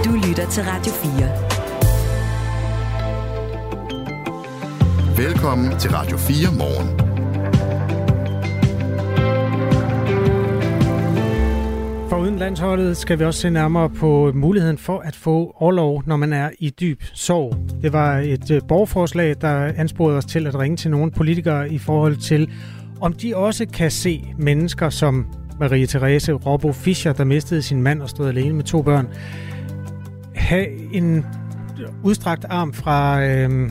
Du lytter til Radio 4. Velkommen til Radio 4 morgen. Foruden landsholdet skal vi også se nærmere på muligheden for at få orlov, når man er i dyb sorg. Det var et borgerforslag, der ansporede os til at ringe til nogle politikere i forhold til, om de også kan se mennesker som Marie Therese Robbo Fischer, der mistede sin mand og stod alene med 2 børn, have en udstrakt arm fra,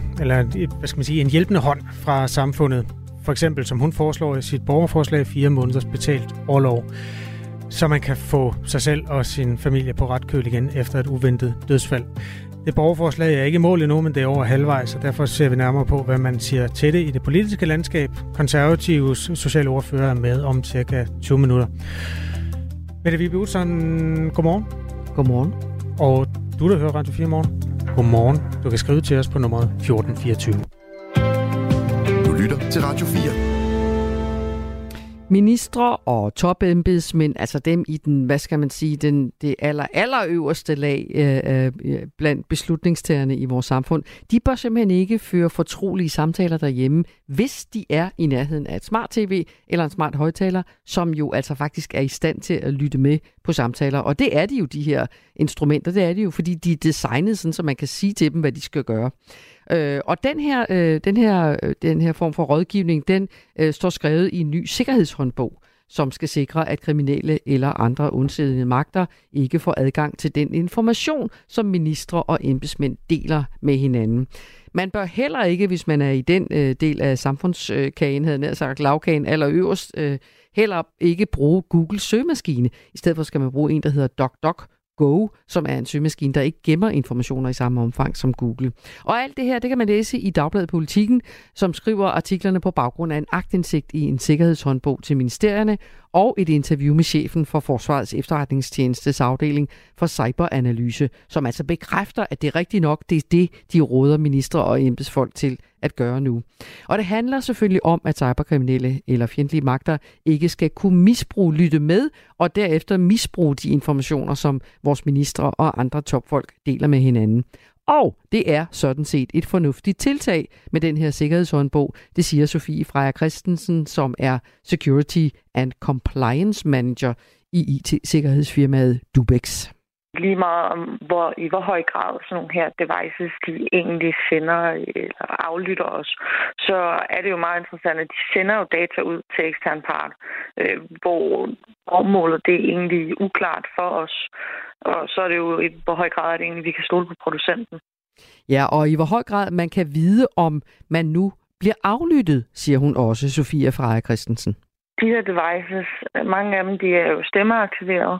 en hjælpende hånd fra samfundet. For eksempel, som hun foreslår i sit borgerforslag, 4 måneders betalt orlov, så man kan få sig selv og sin familie på ret køl igen efter et uventet dødsfald. Det borgerforslag er ikke i mål endnu, men det er over halvvejs, og derfor ser vi nærmere på, hvad man siger til det i det politiske landskab. Konservatives sociale ordfører er med om cirka 20 minutter. Mette Vibe Utzon, godmorgen. Godmorgen. Og du, der hører Radio 4 morgen, godmorgen. Du kan skrive til os på nummeret 1424. Du lytter til Radio 4. Ministre og topembedsmænd, altså dem i den, det allerøverste lag blandt beslutningstagerne i vores samfund, de bør simpelthen ikke føre fortrolige samtaler derhjemme, hvis de er i nærheden af et smart tv eller en smart højttaler, som jo altså faktisk er i stand til at lytte med på samtaler. Og det er de jo, de her instrumenter, det er de jo, fordi de er designet sådan, så man kan sige til dem, hvad de skal gøre. Og den her form for rådgivning, den står skrevet i en ny sikkerhedshåndbog, som skal sikre, at kriminelle eller andre ondsindede magter ikke får adgang til den information, som ministre og embedsmænd deler med hinanden. Man bør heller ikke, hvis man er i den del af samfundskagen, havde nær sagt lavkagen allerøverst, heller ikke bruge Googles søgemaskine. I stedet for skal man bruge en, der hedder DuckDuckGo, som er en søgemaskine, der ikke gemmer informationer i samme omfang som Google. Og alt det her, det kan man læse i Dagbladet Politikken, som skriver artiklerne på baggrund af en aktindsigt i en sikkerhedshåndbog til ministerierne og et interview med chefen for Forsvarets Efterretningstjenestes afdeling for cyberanalyse, som altså bekræfter, at det er rigtigt nok, det er det, de råder ministre og embedsfolk til at gøre nu. Og det handler selvfølgelig om, at cyberkriminelle eller fjendtlige magter ikke skal kunne lytte med, og derefter misbruge de informationer, som vores ministre og andre topfolk deler med hinanden. Og det er sådan set et fornuftigt tiltag med den her sikkerhedshåndbog, det siger Sofie Freja Christensen, som er Security and Compliance Manager i IT-sikkerhedsfirmaet Dubex. Lige meget om, i hvor høj grad sådan nogle her devices, de egentlig sender eller aflytter os, så er det jo meget interessant, at de sender jo data ud til ekstern part, hvor formålet det er egentlig uklart for os. Og så er det jo i hvor høj grad, at egentlig vi kan stole på producenten. Ja, og i hvor høj grad man kan vide, om man nu bliver aflyttet, siger hun også, Sofie Freja Christensen. De her devices, mange af dem, de er jo stemmeaktiveret,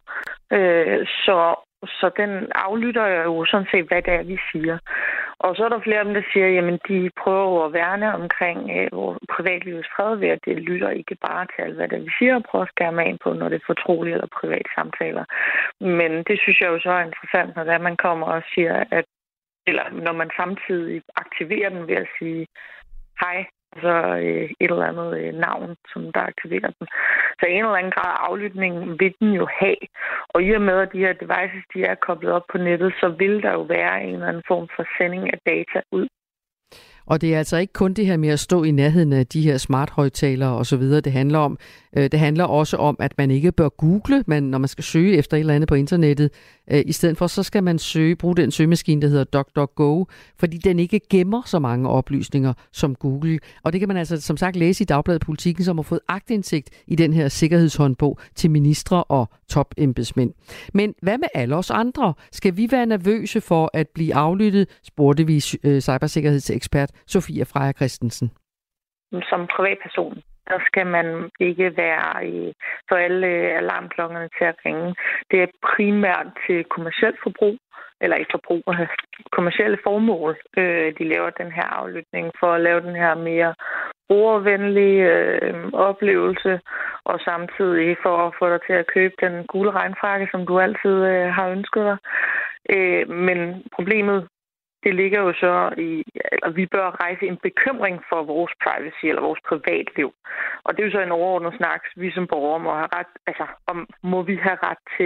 så den aflytter jo sådan set, hvad det er, vi siger. Og så er der flere af dem, der siger, jamen de prøver at værne omkring privatlivets fred ved, at det lytter ikke bare til alt, hvad det vi siger, og prøver at skærme af på, når det er fortrolige eller private samtaler. Men det synes jeg jo så er interessant, når man kommer og siger, at eller når man samtidig aktiverer den ved at sige hej, så et eller andet navn, som der aktiverer den. Så en eller anden grad af aflytning vil den jo have. Og i og med, at de her devices de er koblet op på nettet, så vil der jo være en eller anden form for sending af data ud. Og det er altså ikke kun det her med at stå i nærheden af de her smart-højttalere og så videre, det handler om. Det handler også om, at man ikke bør google, men når man skal søge efter et eller andet på internettet, i stedet for, så skal man bruge den søgemaskine, der hedder DuckDuckGo, fordi den ikke gemmer så mange oplysninger som Google. Og det kan man altså som sagt læse i Dagbladet Politikken, som har fået aktindsigt i den her sikkerhedshåndbog til ministre og topembedsmænd. Men hvad med alle os andre? Skal vi være nervøse for at blive aflyttet, spurgte vi cybersikkerhedsekspert Sofie Freja Christensen. Som privatperson, der skal man ikke få alle alarmklokkerne til at ringe. Det er primært til kommercielt forbrug, eller ikke forbrug, kommercielle formål, de laver den her aflytning for at lave den her mere brugervenlige oplevelse, og samtidig for at få dig til at købe den gule regnfrakke, som du altid har ønsket dig. Men problemet, det ligger jo så i, eller vi bør rejse en bekymring for vores privacy eller vores privatliv. Og det er jo så en overordnet snak, vi som borgere må have ret, må vi have ret til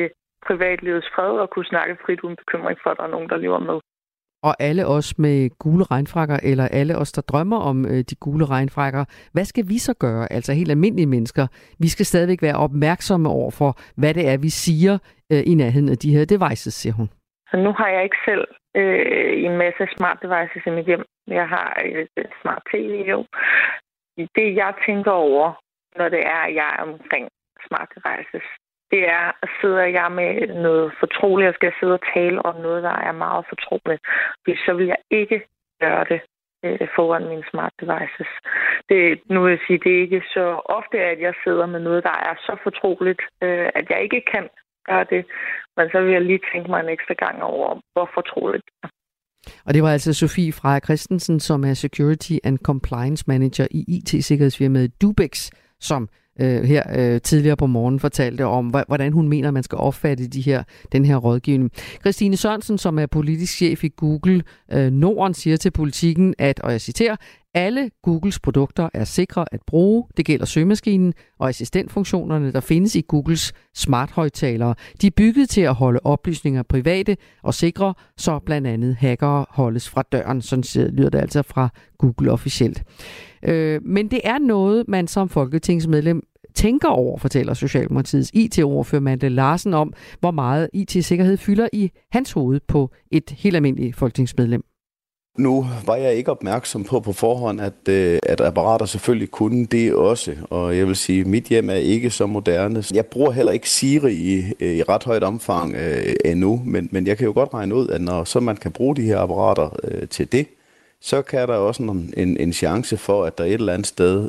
privatlivets fred og kunne snakke frit uden bekymring for, at der er nogen, der lever med. Og alle os med gule regnfrakker, eller alle os, der drømmer om de gule regnfrakker, hvad skal vi så gøre? Altså helt almindelige mennesker. Vi skal stadigvæk være opmærksomme over for, hvad det er, vi siger i nærheden af de her devices, siger hun. Så nu har jeg ikke selv en masse smart devices i mit hjem. Jeg har et smart tv, jo. Det, jeg tænker over, når det er, at jeg er omkring smart devices, det er, at sidder jeg med noget fortroligt, og skal sidde og tale om noget, der er meget fortroligt, så vil jeg ikke gøre det foran mine smart devices. Nu vil jeg sige, det er ikke så ofte, at jeg sidder med noget, der er så fortroligt, at jeg ikke kan gøre det. Men så vil jeg lige tænke mig en ekstra gang over, hvor fortroligt det er. Og det var altså Sofie Freja Christensen, som er Security and Compliance Manager i IT-sikkerhedsfirmaet Dubex, som her tidligere på morgen fortalte om, hvordan hun mener, man skal opfatte den her rådgivning. Christine Sørensen, som er politisk chef i Google Norden, siger til Politikken, at, og jeg citerer, alle Googles produkter er sikre at bruge. Det gælder søgemaskinen og assistentfunktionerne, der findes i Googles smart-højttalere. De er bygget til at holde oplysninger private og sikre, så blandt andet hackere holdes fra døren. Sådan lyder det altså fra Google officielt. Men det er noget, man som folketingsmedlem tænker over, fortæller Socialdemokratiets IT-ordfører Malte Larsen om, hvor meget IT-sikkerhed fylder i hans hoved på et helt almindeligt folketingsmedlem. Nu var jeg ikke opmærksom på forhånd, at apparater selvfølgelig kunne det også, og jeg vil sige, at mit hjem er ikke så moderne. Jeg bruger heller ikke Siri i ret højt omfang endnu, men jeg kan jo godt regne ud, at når så man kan bruge de her apparater til det, så kan der også en chance for, at der et eller andet sted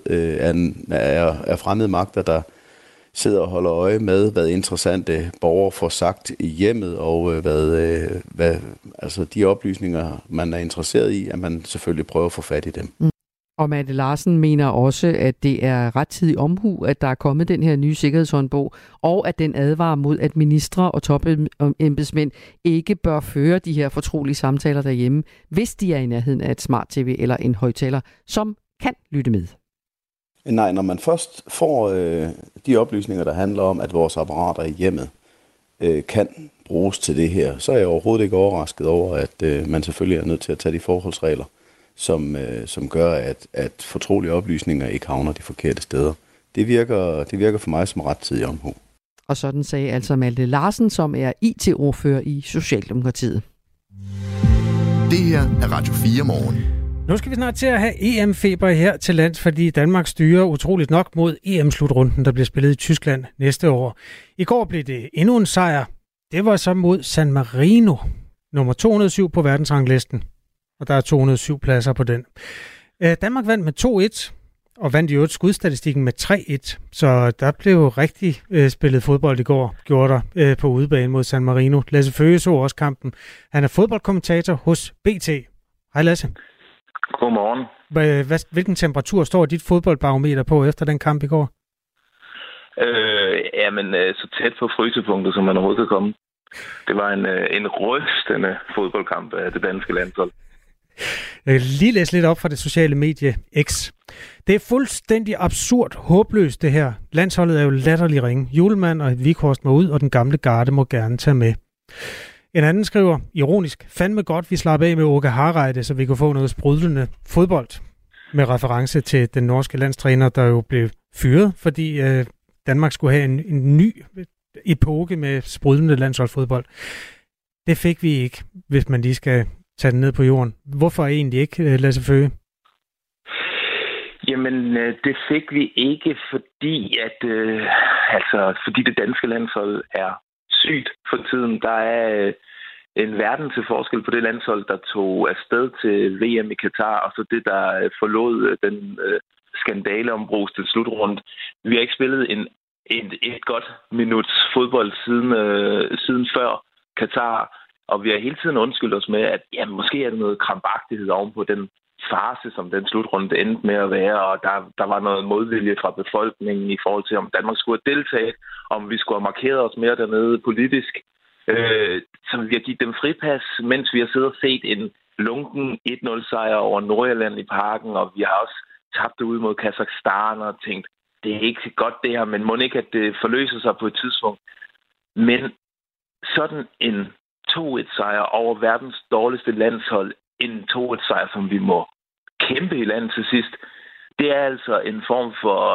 er fremmede magter, der sidder og holder øje med, hvad interessante borgere får sagt i hjemmet, og hvad altså de oplysninger, man er interesseret i, at man selvfølgelig prøver at få fat i dem. Og Malte Larsen mener også, at det er rettidig omhu, at der er kommet den her nye sikkerhedshåndbog, og at den advarer mod, at ministre og topembedsmænd ikke bør føre de her fortrolige samtaler derhjemme, hvis de er i nærheden af et smart-tv eller en højttaler, som kan lytte med. Nej, når man først får de oplysninger, der handler om, at vores apparater i hjemmet kan bruges til det her, så er jeg overhovedet ikke overrasket over, at man selvfølgelig er nødt til at tage de forholdsregler, som gør, at fortrolige oplysninger ikke havner de forkerte steder. Det virker for mig som rettidig omhu. Og sådan sagde altså Malte Larsen, som er IT-ordfører i Socialdemokratiet. Det her er Radio 4 morgen. Nu skal vi snart til at have EM-feber her til lands, fordi Danmark styrer utroligt nok mod EM-slutrunden, der bliver spillet i Tyskland næste år. I går blev det endnu en sejr. Det var så mod San Marino, nummer 207 på verdensranglisten. Og der er 207 pladser på den. Danmark vandt med 2-1, og vandt i øvrigt skudstatistikken med 3-1. Så der blev rigtig spillet fodbold i går, gjorde der på udebane mod San Marino. Lasse Føge så også kampen. Han er fodboldkommentator hos BT. Hej Lasse. Godmorgen. Hvilken temperatur står dit fodboldbarometer på efter den kamp i går? Så tæt på frysepunktet, som man overhovedet kan komme. Det var en rystende fodboldkamp af det danske landshold. Jeg kan lige læse lidt op fra det sociale medie X. Det er fuldstændig absurd håbløst det her. Landsholdet er jo latterlig ringe. Julemand og Vikhorst må ud, og den gamle garde må gerne tage med. En anden skriver, ironisk, fandme godt, vi slapper af med Åke Hareide, så vi kunne få noget sprudlende fodbold. Med reference til den norske landstræner, der jo blev fyret, fordi Danmark skulle have en ny epoke med sprudlende landsholdsfodbold. Det fik vi ikke, hvis man lige skal tage den ned på jorden. Hvorfor egentlig ikke, Lasse Føge? Jamen, det fik vi ikke, fordi fordi det danske landshold er sygt for tiden. Der er en verden til forskel på det landshold, der tog afsted til VM i Katar, og så det, der forlod den skandaleombruste slutrunde. Vi har ikke spillet et godt minuts fodbold siden før Katar, og vi har hele tiden undskyldt os med, at måske er det noget krampagtighed ovenpå den farce, som den slutrunde endte med at være, og der var noget modvilje fra befolkningen i forhold til, om Danmark skulle have deltaget, om vi skulle have markeret os mere dernede politisk. Så vi har givet dem fripas, mens vi har siddet og set en lunken 1-0-sejr over Nordjylland i parken, og vi har også tabt det ud mod Kazakhstan og tænkt, det er ikke godt det her, men må ikke, at det forløser sig på et tidspunkt. Men sådan en 2-1-sejr over verdens dårligste landshold, en 2-1-sejr, som vi må kæmpe i landet til sidst, det er altså en form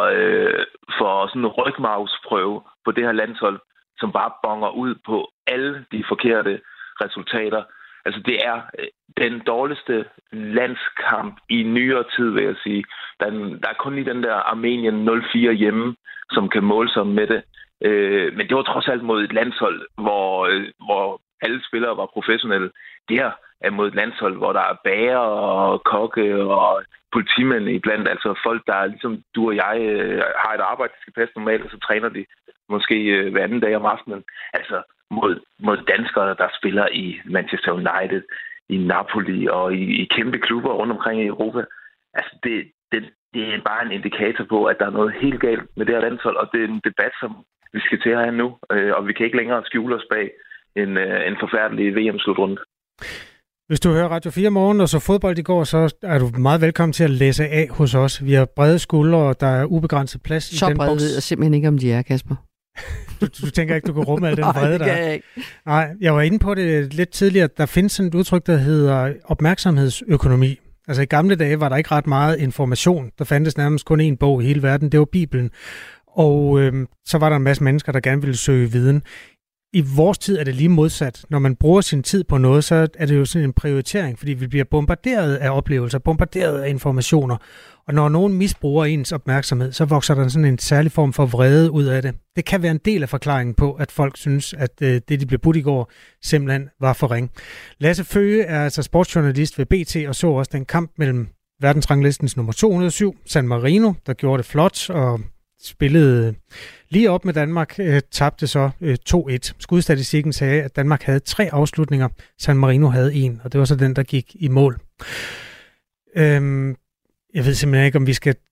for sådan en rygmarvsprøve på det her landshold, som bare bonger ud på alle de forkerte resultater. Altså, det er den dårligste landskamp i nyere tid, vil jeg sige. Der er kun lige den der Armenien 0-4 hjemme, som kan måle sig med det. Men det var trods alt mod et landshold, hvor alle spillere var professionelle. Det her er mod et landshold, hvor der er bager og kokke og politimænd iblandt. Altså folk, der ligesom du og jeg har et arbejde, der skal passe normalt, og så træner de måske hver anden dag om aftenen. Altså mod danskere, der spiller i Manchester United, i Napoli og i kæmpe klubber rundt omkring i Europa. Altså det er bare en indikator på, at der er noget helt galt med det her landshold, og det er en debat, som vi skal til her nu, og vi kan ikke længere skjule os bag en forfærdelig VM-slutrunde. Hvis du hører Radio 4 morgen og så fodbold i går, så er du meget velkommen til at læse af hos os. Vi har brede skuldre, og der er ubegrænset plads så i den boks. Så brede ved jeg simpelthen ikke, om de er, Kasper. Du tænker ikke, du kan rumme al den vrede, der er? Nej, det kan jeg ikke. Nej, jeg var inde på det lidt tidligere. Der findes sådan et udtryk, der hedder opmærksomhedsøkonomi. Altså i gamle dage var der ikke ret meget information. Der fandtes nærmest kun én bog i hele verden. Det var Bibelen. Og så var der en masse mennesker, der gerne ville søge viden. I vores tid er det lige modsat. Når man bruger sin tid på noget, så er det jo sådan en prioritering, fordi vi bliver bombarderet af oplevelser, bombarderet af informationer. Og når nogen misbruger ens opmærksomhed, så vokser der sådan en særlig form for vrede ud af det. Det kan være en del af forklaringen på, at folk synes, at det, de blev budt i går, simpelthen var for ring. Lasse Føge er altså sportsjournalist ved BT og så også den kamp mellem verdensranglistens nummer 207, San Marino, der gjorde det flot og spillede lige op med Danmark, tabte så 2-1. Skudstatistikken sagde, at Danmark havde 3 afslutninger, San Marino havde 1, og det var så den, der gik i mål. Jeg ved simpelthen ikke, om vi skal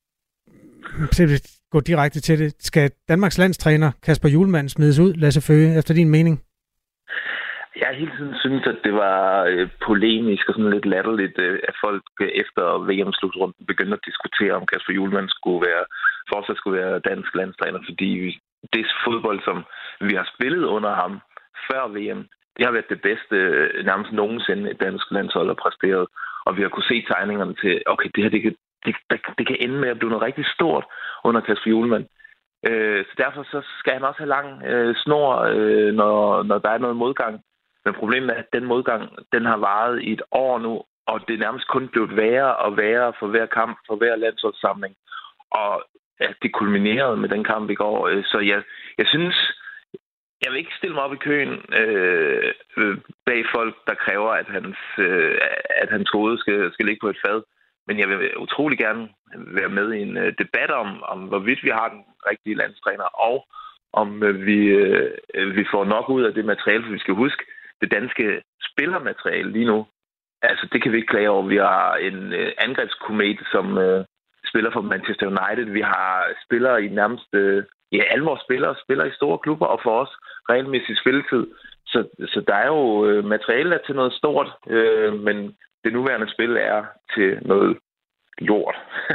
gå direkte til det. Skal Danmarks landstræner Kasper Hjulmand smides ud, Lasse Føge, efter din mening? Jeg har hele tiden syntes, at det var polemisk og sådan lidt latterligt, at folk efter VM-slutrunden begyndte at diskutere, om Kasper Hjulmand fortsat skulle være dansk landstræner, fordi det fodbold, som vi har spillet under ham før VM, det har været det bedste nærmest nogensinde et dansk landshold har præsteret. Og vi har kunne se tegningerne til, okay, det her det kan ende med at blive noget rigtig stort under Kasper Hjulmand. Så derfor så skal han også have lang snor, når der er noget modgang. Men problemet er, at den modgang, den har varet i et år nu, og det er nærmest kun blevet værre og værre for hver kamp, for hver landsholdssamling. Og at det kulminerede med den kamp i går. Så jeg synes, jeg vil ikke stille mig op i køen bag folk, der kræver, at hans hoved skal ligge på et fad. Men jeg vil utrolig gerne være med i en debat om hvorvidt vi har den rigtige landstræner, og om vi får nok ud af det materiale, for vi skal huske, det danske spillermateriale lige nu. Altså, det kan vi ikke klage over. Vi har en angrebskomet, som spiller for Manchester United. Vi har spillere i nærmest... alle vores spillere spiller i store klubber, og for os regelmæssig spilletid. Så der er jo materiale til noget stort, men det nuværende spil er til noget lort.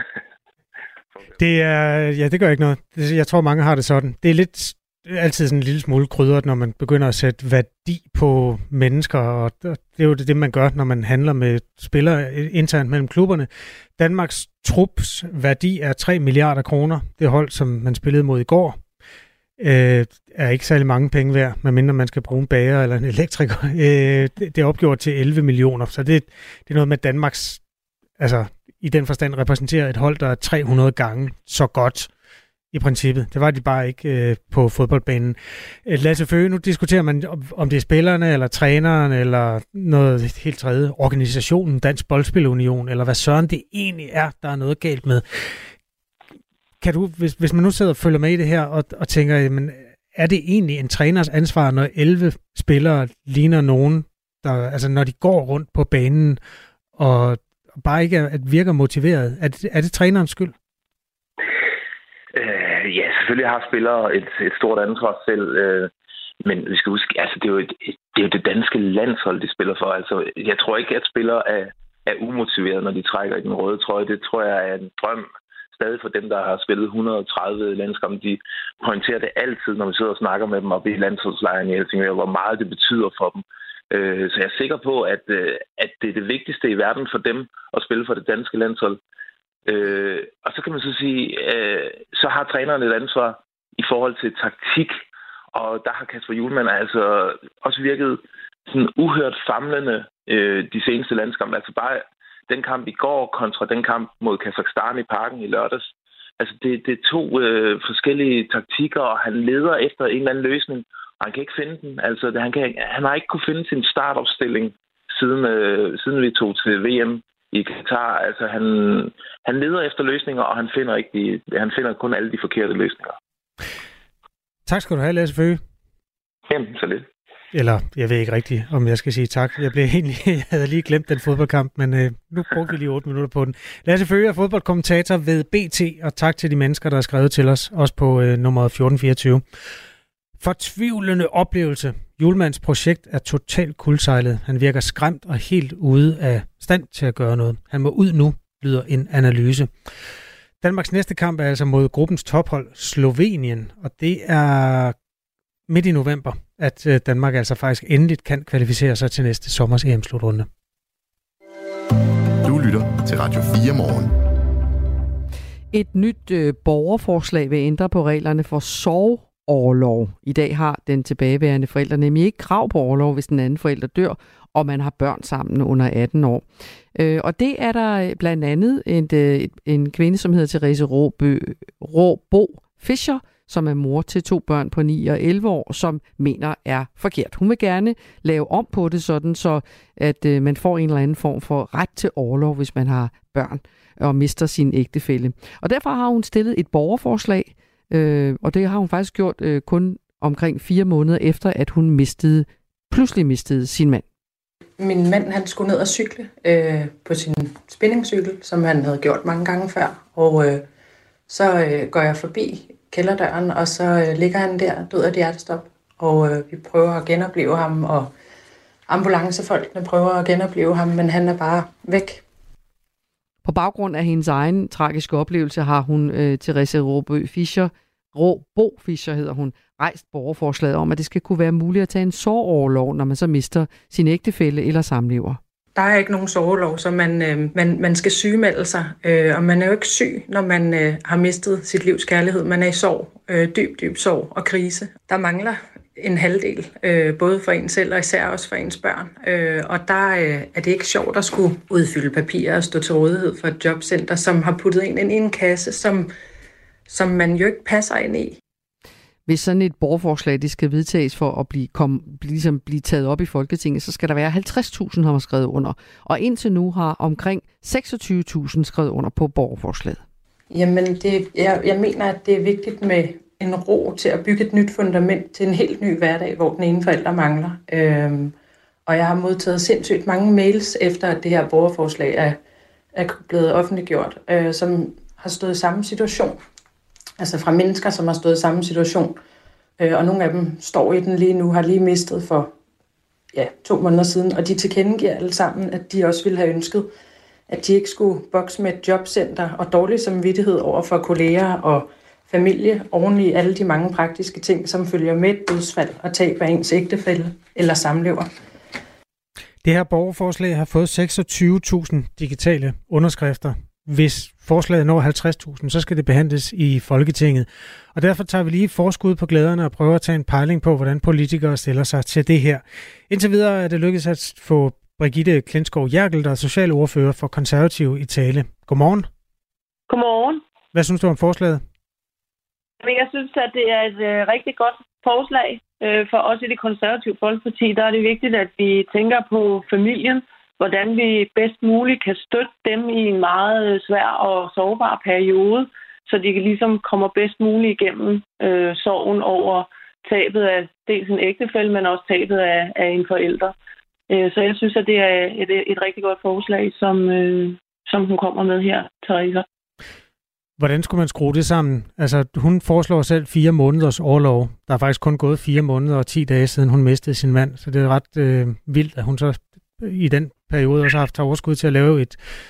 Det gør ikke noget. Jeg tror, mange har det sådan. Det er lidt altid sådan en lille smule krydret, når man begynder at sætte værdi på mennesker, og det er jo det, man gør, når man handler med spillere internt mellem klubberne. Danmarks trups værdi er 3 milliarder kroner. Det hold, som man spillede mod i går, er ikke særlig mange penge værd, medmindre man skal bruge en bager eller en elektriker. Det er opgjort til 11 millioner, så det er noget med Danmarks, altså i den forstand repræsenterer et hold, der er 300 gange så godt i princippet. Det var de bare ikke på fodboldbanen. Lasse Føge, nu diskuterer man, om det er spillerne, eller træneren, eller noget helt tredje, organisationen, Dansk Boldspilunion, eller hvad søren det egentlig er, der er noget galt med. Kan du, hvis man nu sidder og følger med i det her, og tænker, jamen, er det egentlig en træners ansvar, når 11 spillere ligner nogen, der, altså når de går rundt på banen, og bare ikke virker motiveret? Er det trænerens skyld? Ja, selvfølgelig har spillere et stort ansvar selv, men vi skal huske, altså det er jo det danske landshold, de spiller for. Altså, jeg tror ikke, at spillere er umotiveret, når de trækker i den røde trøje. Det tror jeg er en drøm, stadig for dem, der har spillet 130 landskampe, de pointerer det altid, når vi sidder og snakker med dem oppe i landsholdslejren i Helsingør, hvor meget det betyder for dem. Så jeg er sikker på, at det er det vigtigste i verden for dem at spille for det danske landshold. Og så kan man så sige, så har træneren et ansvar i forhold til taktik, og der har Kasper Hjulmand altså også virket sådan uhørt famlende de seneste landskampe. Altså bare den kamp i går kontra den kamp mod Kazakhstan i parken i lørdags. Altså det er to forskellige taktikker, og han leder efter en eller anden løsning, og han kan ikke finde den. Altså han har ikke kunne finde sin startopstilling siden vi tog til VM i Katar. Altså han leder efter løsninger, og han finder kun alle de forkerte løsninger. Tak skal du have, Lasse Føge. Jamen, så lidt. Eller, jeg ved ikke rigtigt, om jeg skal sige tak. Jeg havde lige glemt den fodboldkamp, men nu brugte vi lige 8 minutter på den. Lasse Føge er fodboldkommentator ved BT, og tak til de mennesker, der har skrevet til os, også på nummer 1424. Fortvivlende oplevelse. Hjulmands projekt er totalt kuldsejlet. Han virker skræmt og helt ude af stand til at gøre noget. Han må ud nu, lyder en analyse. Danmarks næste kamp er altså mod gruppens tophold, Slovenien, og det er midt i november, at Danmark altså faktisk endeligt kan kvalificere sig til næste sommers EM-slutrunde. Du lytter til Radio 4 morgen. Et nyt borgerforslag vil ændre på reglerne for sorgorlov. I dag har den tilbageværende forælder nemlig ikke krav på orlov, hvis den anden forælder dør, og man har børn sammen under 18 år. Og det er der blandt andet en kvinde, som hedder Therese Råbo Fischer, som er mor til 2 børn på 9 og 11 år, som mener er forkert. Hun vil gerne lave om på det sådan, så at man får en eller anden form for ret til orlov, hvis man har børn og mister sin ægtefælle. Og derfor har hun stillet et borgerforslag, og det har hun faktisk gjort kun omkring 4 måneder efter, at hun pludselig mistede sin mand. Min mand, han skulle ned og cykle på sin spinningcykel, som han havde gjort mange gange før. Og så går jeg forbi kælderdøren, og så ligger han der død af et hjertestop. Og vi prøver at genopleve ham, og ambulancefolkene prøver at genopleve ham, men han er bare væk. På baggrund af hendes egen tragiske oplevelse har hun Therese Råbo Fischer hedder hun, rejst borgerforslaget om, at det skal kunne være muligt at tage en sorgorlov, når man så mister sin ægtefælle eller samlever. Der er ikke nogen sorgorlov, så man skal sygemelde sig, og man er jo ikke syg, når man har mistet sit livs kærlighed. Man er i sorg, dyb sorg og krise. Der mangler en halvdel, både for en selv og især også for ens børn. Og der er det ikke sjovt at skulle udfylde papirer og stå til rådighed for et jobcenter, som har puttet en ind i en kasse, som man jo ikke passer ind i. Hvis sådan et borgerforslag det skal vedtages for at blive taget op i Folketinget, så skal der være 50.000, har man skrevet under. Og indtil nu har omkring 26.000 skrevet under på borgerforslaget. Jamen, jeg mener, at det er vigtigt med en ro til at bygge et nyt fundament til en helt ny hverdag, hvor den ene forælder mangler. Og jeg har modtaget sindssygt mange mails efter, at det her borgerforslag er blevet offentliggjort, som har stået i samme situation. Altså fra mennesker, som har stået i samme situation. Og nogle af dem står i den lige nu, har lige mistet for 2 måneder siden. Og de tilkendegiver alle sammen, at de også ville have ønsket, at de ikke skulle bokse med et jobcenter og dårlig samvittighed over for kolleger og familie, oven i alle de mange praktiske ting, som følger med et dødsfald og tab af ens ægtefælle eller samlever. Det her borgerforslag har fået 26.000 digitale underskrifter. Hvis forslaget når 50.000, så skal det behandles i Folketinget. Og derfor tager vi lige forskud på glæderne og prøver at tage en pejling på, hvordan politikere stiller sig til det her. Indtil videre er det lykkedes at få Brigitte Klintskov Jerkel, der er socialordfører for Konservative, i tale. Godmorgen. Godmorgen. Hvad synes du om forslaget? Jeg synes, at det er et rigtig godt forslag. For os i det Konservative Folkeparti, der er det vigtigt, at vi tænker på familien, hvordan vi bedst muligt kan støtte dem i en meget svær og sårbar periode, så de ligesom kommer bedst muligt igennem sorgen over tabet af dels en ægtefælle, men også tabet af en forælder. Så jeg synes, at det er et rigtig godt forslag, som hun kommer med her, Therese. Hvordan skulle man skrue det sammen? Altså, hun foreslår selv 4 måneders orlov. Der er faktisk kun gået 4 måneder og 10 dage siden hun mistede sin mand, så det er ret vildt, at hun så i den periode også har haft overskud til at lave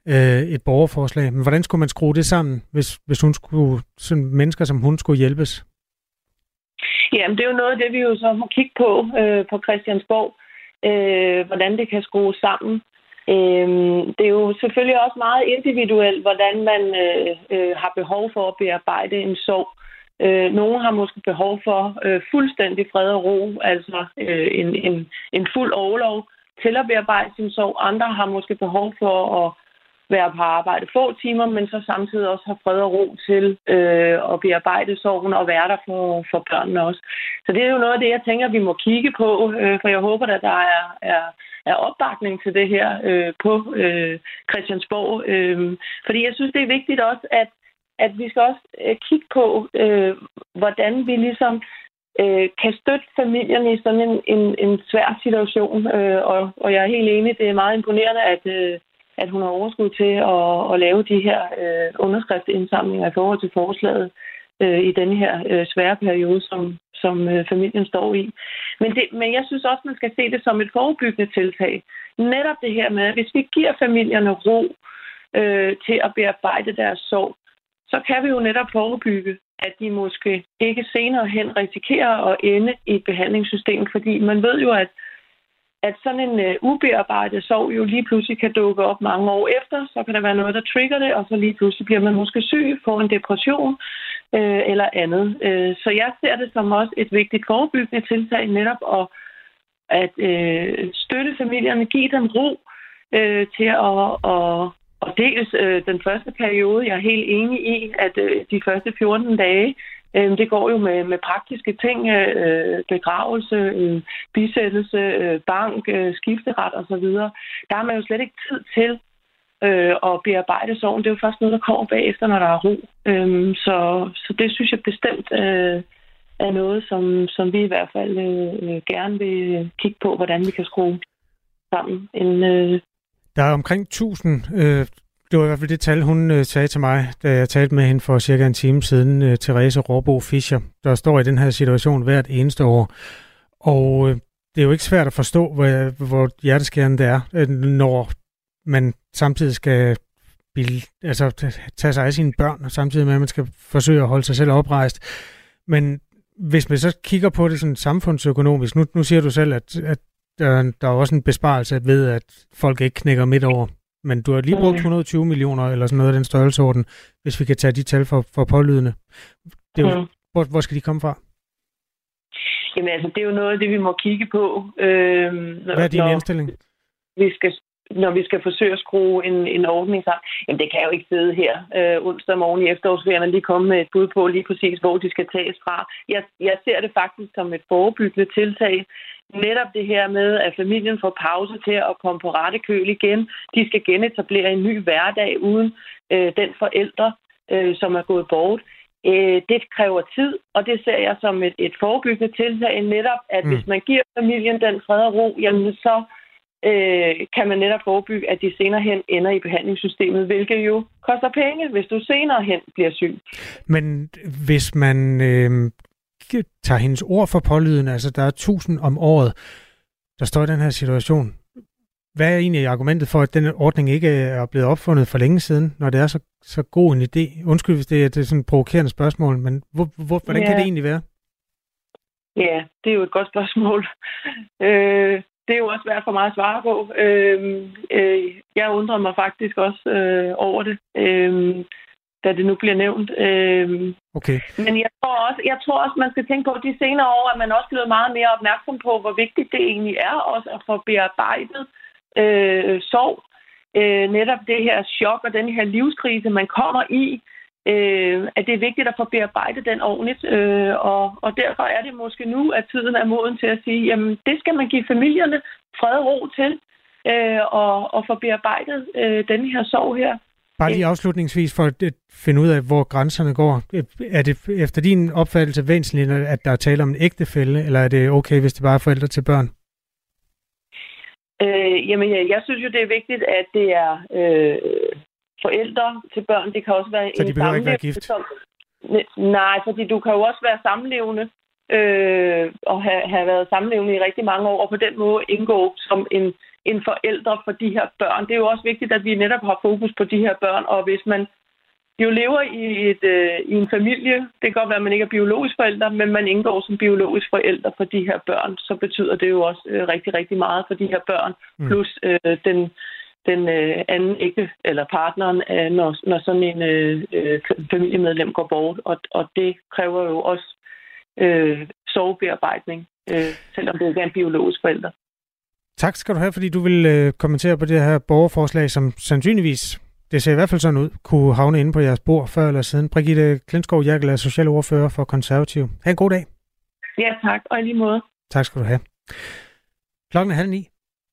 et borgerforslag. Men hvordan skulle man skrue det sammen, hvis hun skulle, sådan mennesker som hun skulle hjælpes? Jamen, det er jo noget af det, vi jo så må kigge på Christiansborg, hvordan det kan skrues sammen. Det er jo selvfølgelig også meget individuelt, hvordan man har behov for at bearbejde en sorg. Nogle har måske behov for fuldstændig fred og ro, altså en fuld orlov til at bearbejde sin sorg. Andre har måske behov for at være på arbejde få timer, men så samtidig også have fred og ro til at bearbejde sorgen og være der for børnene også. Så det er jo noget af det, jeg tænker, vi må kigge på, for jeg håber, at der er opbakning til det her på Christiansborg. Fordi jeg synes, det er vigtigt også, at vi skal også kigge på, hvordan vi ligesom kan støtte familierne i sådan en svær situation. Og jeg er helt enig, det er meget imponerende, at hun har overskud til at lave de her underskriftsindsamlinger i forhold til forslaget i denne her svære periode, som familien står i. Men jeg synes også, man skal se det som et forebyggende tiltag. Netop det her med, at hvis vi giver familierne ro til at bearbejde deres sorg, så kan vi jo netop forebygge, at de måske ikke senere hen risikerer at ende i et behandlingssystem, fordi man ved jo, at sådan en ubearbejdet sorg jo lige pludselig kan dukke op mange år efter, så kan der være noget, der trigger det, og så lige pludselig bliver man måske syg, får en depression eller andet. Så jeg ser det som også et vigtigt forebyggende tiltag, netop at støtte familierne, give dem ro til at dels den første periode. Jeg er helt enig i, at de første 14 dage, det går jo med praktiske ting, begravelse, bisættelse, bank, skifteret osv. Der har man jo slet ikke tid til at bearbejde sorgen. Det er jo først noget, der kommer bagefter, når der er ro. Så det synes jeg bestemt er noget, som vi i hvert fald gerne vil kigge på, hvordan vi kan skrue sammen. Der er omkring 1000... Det var i hvert fald det tal, hun sagde til mig, da jeg talte med hende for cirka en time siden, Therese Råbo Fischer, der står i den her situation hvert eneste år. Og det er jo ikke svært at forstå, hvor hjerteskærende det er, når man samtidig skal tage sig af sine børn, og samtidig med, at man skal forsøge at holde sig selv oprejst. Men hvis man så kigger på det sådan samfundsøkonomisk, nu siger du selv, at der er også en besparelse ved, at folk ikke knækker midt over. Men du har lige brugt 120 millioner eller sådan noget af den størrelsesorden, hvis vi kan tage de tal for pålydende. Det er jo, hvor skal de komme fra? Jamen altså, det er jo noget af det, vi må kigge på. Hvad er din indstilling? Når vi skal forsøge at skrue en ordning sammen. Jamen, det kan jo ikke sidde her onsdag morgen i efterårsferien og lige komme med et bud på lige præcis, hvor de skal tages fra. Jeg ser det faktisk som et forebyggende tiltag. Netop det her med, at familien får pause til at komme på rette køl igen. De skal genetablere en ny hverdag uden den forældre, som er gået bort. Det kræver tid, og det ser jeg som et forebyggende tiltag. Netop, at hvis man giver familien den fred og ro, jamen så kan man netop forebygge, at de senere hen ender i behandlingssystemet, hvilket jo koster penge, hvis du senere hen bliver syg. Men hvis man tager hendes ord for pålydende, altså der er 1000 om året, der står i den her situation. Hvad er egentlig argumentet for, at den ordning ikke er blevet opfundet for længe siden, når det er så god en idé? Undskyld, hvis det er sådan et provokerende spørgsmål, men hvordan kan det egentlig være? Ja, det er jo et godt spørgsmål. Det er jo også svært for mig at svare på. Jeg undrer mig faktisk også over det, da det nu bliver nævnt. Okay. Men jeg tror også, man skal tænke på, at de senere år er man også blevet meget mere opmærksom på, hvor vigtigt det egentlig er også at få bearbejdet sorg. Netop det her chok og den her livskrise, man kommer i, at det er vigtigt at få bearbejdet den ordentligt. Og derfor er det måske nu, at tiden er moden til at sige, jamen det skal man give familierne fred og ro til, og få bearbejdet den her sorg her. Bare lige afslutningsvis for at finde ud af, hvor grænserne går. Er det efter din opfattelse væsentligt, at der er tale om en ægtefælle, eller er det okay, hvis det bare er forældre til børn? Jamen, jeg synes jo, det er vigtigt, at det er forældre til børn. Det kan også være så de behøver ikke være gift? Nej, fordi du kan jo også være samlevende og have været samlevende i rigtig mange år, og på den måde indgå som en forælder for de her børn. Det er jo også vigtigt, at vi netop har fokus på de her børn, og hvis man jo lever i en familie, det kan godt være, at man ikke er biologisk forælder, men man indgår som biologisk forælder for de her børn, så betyder det jo også rigtig, rigtig meget for de her børn, plus den anden ægte eller partneren, når sådan en familiemedlem går bort, og det kræver jo også sorgbearbejdning, selvom det ikke er en biologisk forælder. Tak skal du have, fordi du vil kommentere på det her borgerforslag, som sandsynligvis, det ser i hvert fald sådan ud, kunne havne inde på jeres bord før eller siden. Brigitte Klintskov Jerkel er socialordfører for Konservative. Ha' en god dag. Ja, tak, og i lige måde. Tak skal du have. Klokken er 8:30.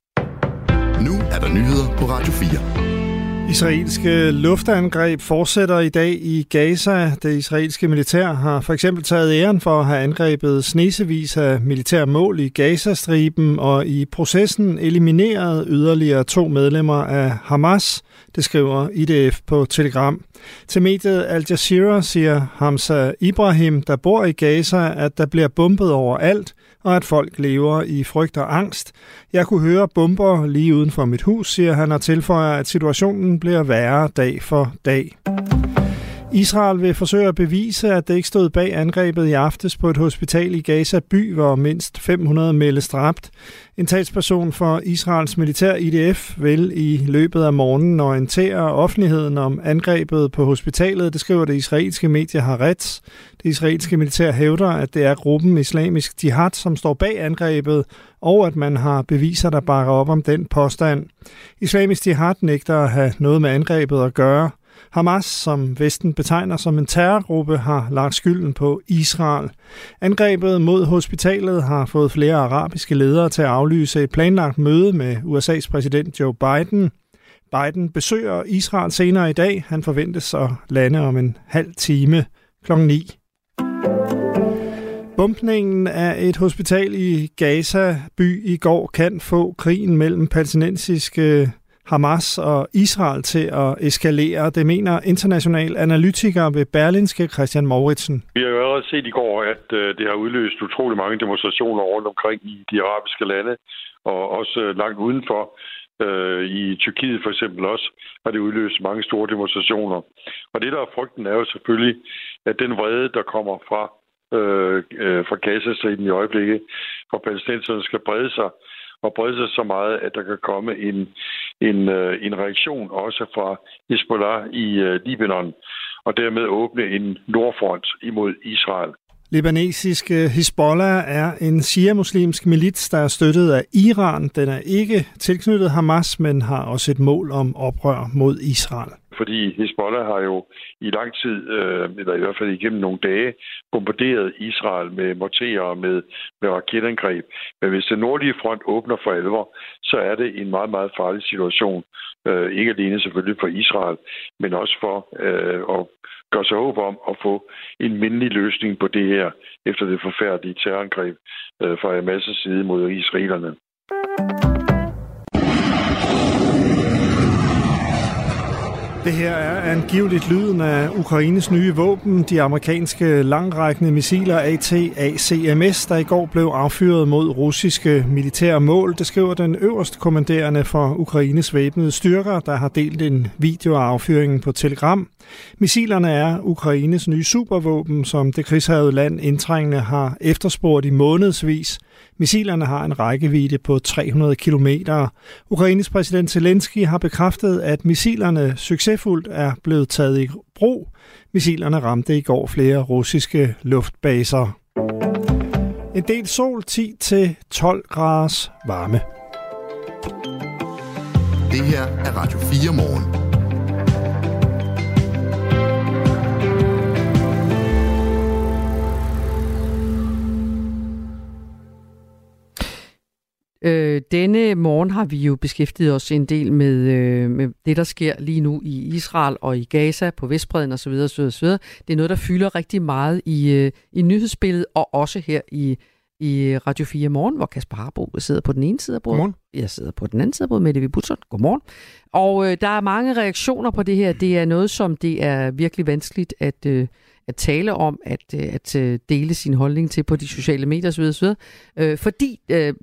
Nu er der nyheder på Radio 4. Israelske luftangreb fortsætter i dag i Gaza. Det israelske militær har for eksempel taget æren for at have angrebet snesevis af militære mål i Gazastriben og i processen elimineret yderligere 2 medlemmer af Hamas. Det skriver IDF på Telegram. Til mediet Al Jazeera siger Hamza Ibrahim, der bor i Gaza, at der bliver bombet overalt, og at folk lever i frygt og angst. Jeg kunne høre bomber lige uden for mit hus, siger han, og tilføjer, at situationen bliver værre dag for dag. Israel vil forsøge at bevise, at det ikke stod bag angrebet i aftes på et hospital i Gaza by, hvor mindst 500 meldes dræbt. En talsperson for Israels militær IDF vil i løbet af morgenen orientere offentligheden om angrebet på hospitalet. Det skriver det israelske medie Haaretz. Det israelske militær hævder, at det er gruppen Islamisk Jihad, som står bag angrebet, og at man har beviser, der bakker op om den påstand. Islamisk Jihad nægter at have noget med angrebet at gøre. Hamas, som Vesten betegner som en terrorgruppe, har lagt skylden på Israel. Angrebet mod hospitalet har fået flere arabiske ledere til at aflyse et planlagt møde med USA's præsident Joe Biden. Biden besøger Israel senere i dag. Han forventes at lande om en halv time klokken 9. Bombningen af et hospital i Gaza by i går kan få krigen mellem palæstinensiske Hamas og Israel til at eskalere. Det mener international analytiker ved Berlingske Christian Mouritsen. Vi har jo allerede set i går, at det har udløst utrolig mange demonstrationer rundt omkring i de arabiske lande, og også langt udenfor. I Tyrkiet for eksempel også har det udløst mange store demonstrationer. Og det, der er frygten, er jo selvfølgelig, at den vrede, der kommer fra Gazastriben i øjeblikket, fra palæstinenserne skal brede sig så meget, at der kan komme en reaktion også fra Hezbollah i Libanon, og dermed åbne en nordfront imod Israel. Libanesiske Hezbollah er en shia-muslimsk milits, der er støttet af Iran. Den er ikke tilknyttet Hamas, men har også et mål om oprør mod Israel. Fordi Hezbollah har jo i lang tid, eller i hvert fald igennem nogle dage, bombarderet Israel med morterer og med raketangreb. Men hvis den nordlige front åbner for alvor, så er det en meget, meget farlig situation. Ikke alene selvfølgelig for Israel, men også for at gøre sig håb om at få en mindelig løsning på det her, efter det forfærdelige terrorangreb fra Hamas' side mod israelerne. Det her er angiveligt lyden af Ukraines nye våben, de amerikanske langrækkende missiler ATACMS, der i går blev affyret mod russiske militære mål. Det skriver den øverst kommanderende for Ukraines væbnede styrker, der har delt en video af affyringen på Telegram. Missilerne er Ukraines nye supervåben, som det krigshærgede land indtrængende har efterspurgt i månedsvis. Missilerne har en rækkevidde på 300 kilometer. Ukraines præsident Zelensky har bekræftet, at missilerne succesfuldt er blevet taget i brug. Missilerne ramte i går flere russiske luftbaser. En del sol, 10-12 graders varme. Det her er Radio 4 morgen. Denne morgen har vi jo beskæftiget os en del med det, der sker lige nu i Israel og i Gaza, på Vestbredden osv. Det er noget, der fylder rigtig meget i nyhedsbilledet, og også her i Radio 4 Morgen, hvor Kasper Harbo sidder på den ene side af bordet. Godmorgen. Jeg sidder på den anden side af bordet, Mette Vibutzon. Godmorgen. Og der er mange reaktioner på det her. Det er noget, som det er virkelig vanskeligt at tale om, at dele sin holdning til på de sociale medier osv., fordi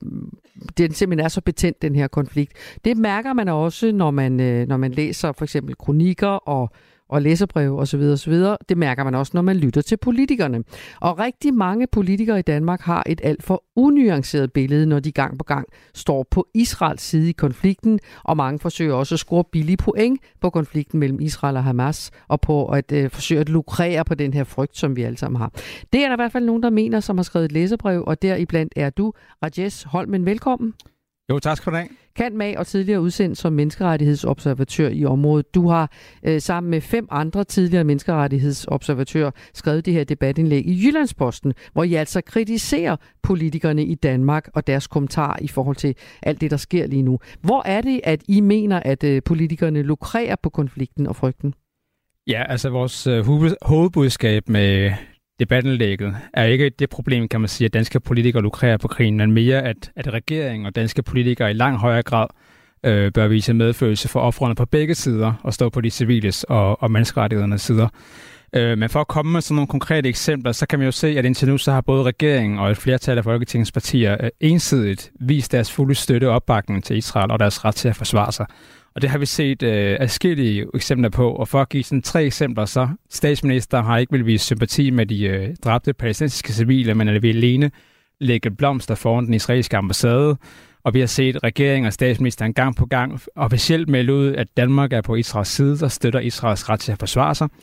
den simpelthen er så betændt, den her konflikt. Det mærker man også, når man læser for eksempel kronikker og læserbreve osv. Det mærker man også, når man lytter til politikerne. Og rigtig mange politikere i Danmark har et alt for unuanceret billede, når de gang på gang står på Israels side i konflikten, og mange forsøger også at score billige point på konflikten mellem Israel og Hamas, og på at forsøge at lukrere på den her frygt, som vi alle sammen har. Det er der i hvert fald nogen, der mener, som har skrevet et læserbrev, og deriblandt er du, Rajesh Holmen. Velkommen. Jo, tak skal du have. Cand. Mag. og tidligere udsendt som menneskerettighedsobservatør i området. Du har sammen med 5 andre tidligere menneskerettighedsobservatører skrevet det her debatindlæg i Jyllandsposten, hvor I altså kritiserer politikerne i Danmark og deres kommentarer i forhold til alt det, der sker lige nu. Hvor er det, at I mener, at politikerne lukrerer på konflikten og frygten? Ja, altså vores hovedbudskab med debatindlægget er ikke det problem, kan man sige, at danske politikere lukrerer på krigen, men mere, at regeringen og danske politikere i langt højere grad bør vise medfølelse for ofrene på begge sider og stå på de civiles og menneskerettighedernes sider. Men for at komme med sådan nogle konkrete eksempler, så kan man jo se, at indtil nu så har både regeringen og et flertal af Folketingets partier ensidigt vist deres fulde støtte og opbakning til Israel og deres ret til at forsvare sig. Og det har vi set adskillige eksempler på. Og for at give sådan 3 eksempler, så statsministeren har ikke vil vise sympati med de dræbte palæstinensiske civile, men at vi alene lægge blomster foran den israelske ambassade. Og vi har set regeringen og statsministeren gang på gang officielt melde ud, at Danmark er på Israels side og støtter Israels ret til at forsvare sig.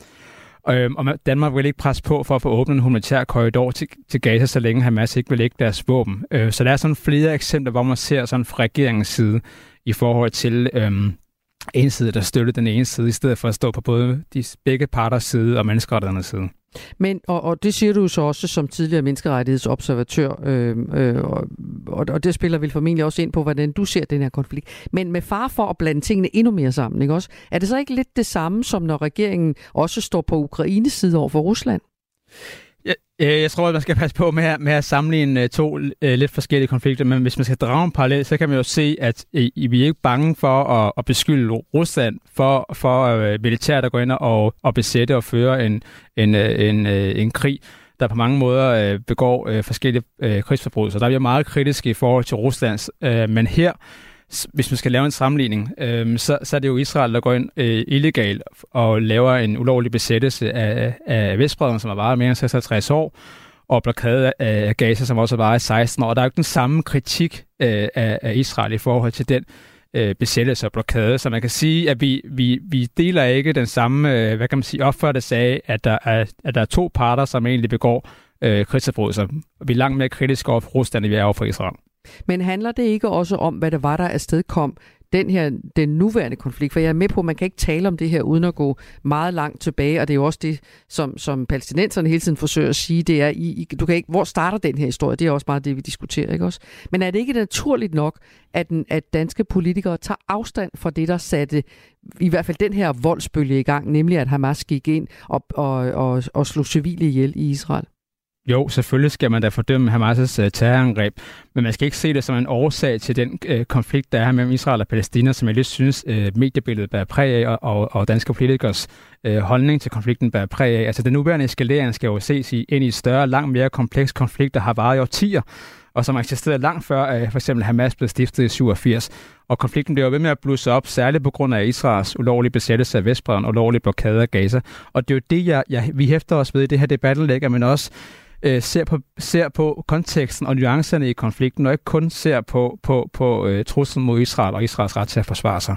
Og Danmark vil ikke presse på for at få åbnet en humanitær korridor til Gaza, så længe Hamas ikke vil lægge deres våben. Så der er sådan flere eksempler, hvor man ser sådan fra regeringens side i forhold til en side, der støtter den ene side, i stedet for at stå på både de begge parters side og menneskerettighedernes side. Men, og det siger du så også som tidligere menneskerettighedsobservatør, og det spiller vel formentlig også ind på, hvordan du ser den her konflikt. Men med fare for at blande tingene endnu mere sammen, ikke også? Er det så ikke lidt det samme, som når regeringen også står på Ukraines side over for Rusland? Jeg tror, at man skal passe på med at sammenligne 2 lidt forskellige konflikter, men hvis man skal drage en parallel, så kan man jo se, at vi er ikke bange for at beskylde Rusland for militæret, der går ind og besætte og føre en krig, der på mange måder begår forskellige krigsforbrydelser. Der er vi meget kritiske i forhold til Ruslands, men her, hvis man skal lave en sammenligning, så er det jo Israel, der går ind illegalt og laver en ulovlig besættelse af Vestbredden, som har varet mere end 56 år, og blokade af Gaza, som også har varet 16 år. Og der er jo ikke den samme kritik af Israel i forhold til den besættelse og blokade, så man kan sige, at vi deler ikke den samme, opfattelse af, at der er 2 parter, som egentlig begår krigsforbrydelser. Vi er langt mere kritiske over for Rusland, end vi er over for Israel. Men handler det ikke også om, hvad det var, der afstedkom den nuværende konflikt? For jeg er med på, at man kan ikke tale om det her, uden at gå meget langt tilbage, og det er jo også det, som palæstinenserne hele tiden forsøger at sige, det er, du kan ikke, hvor starter den her historie? Det er også meget det, vi diskuterer, ikke også? Men er det ikke naturligt nok, at danske politikere tager afstand fra det, der satte i hvert fald den her voldsbølge i gang, nemlig at Hamas gik ind og slog civile ihjel i Israel? Jo, selvfølgelig skal man da fordømme Hamas' terrorangreb, men man skal ikke se det som en årsag til den konflikt, der er mellem Israel og Palæstina, som jeg lidt synes, mediebilledet bærer præg af, og danske politikers holdning til konflikten bærer præg af. Altså den nuværende eskalering skal jo ses ind i et større, langt mere kompleks konflikt, der har varet i årtier, og som eksisterede langt før for eksempel Hamas blev stiftet i 87. Og konflikten bliver jo ved med at blusse op, særligt på grund af Israels ulovlige besættelse af Vestbredden og ulovlige blokade af Gaza. Og det er jo det, vi hæfter os ved i det her debatindlæg, men også ser på konteksten og nuancerne i konflikten, og ikke kun ser på truslen mod Israel og Israels ret til at forsvare sig.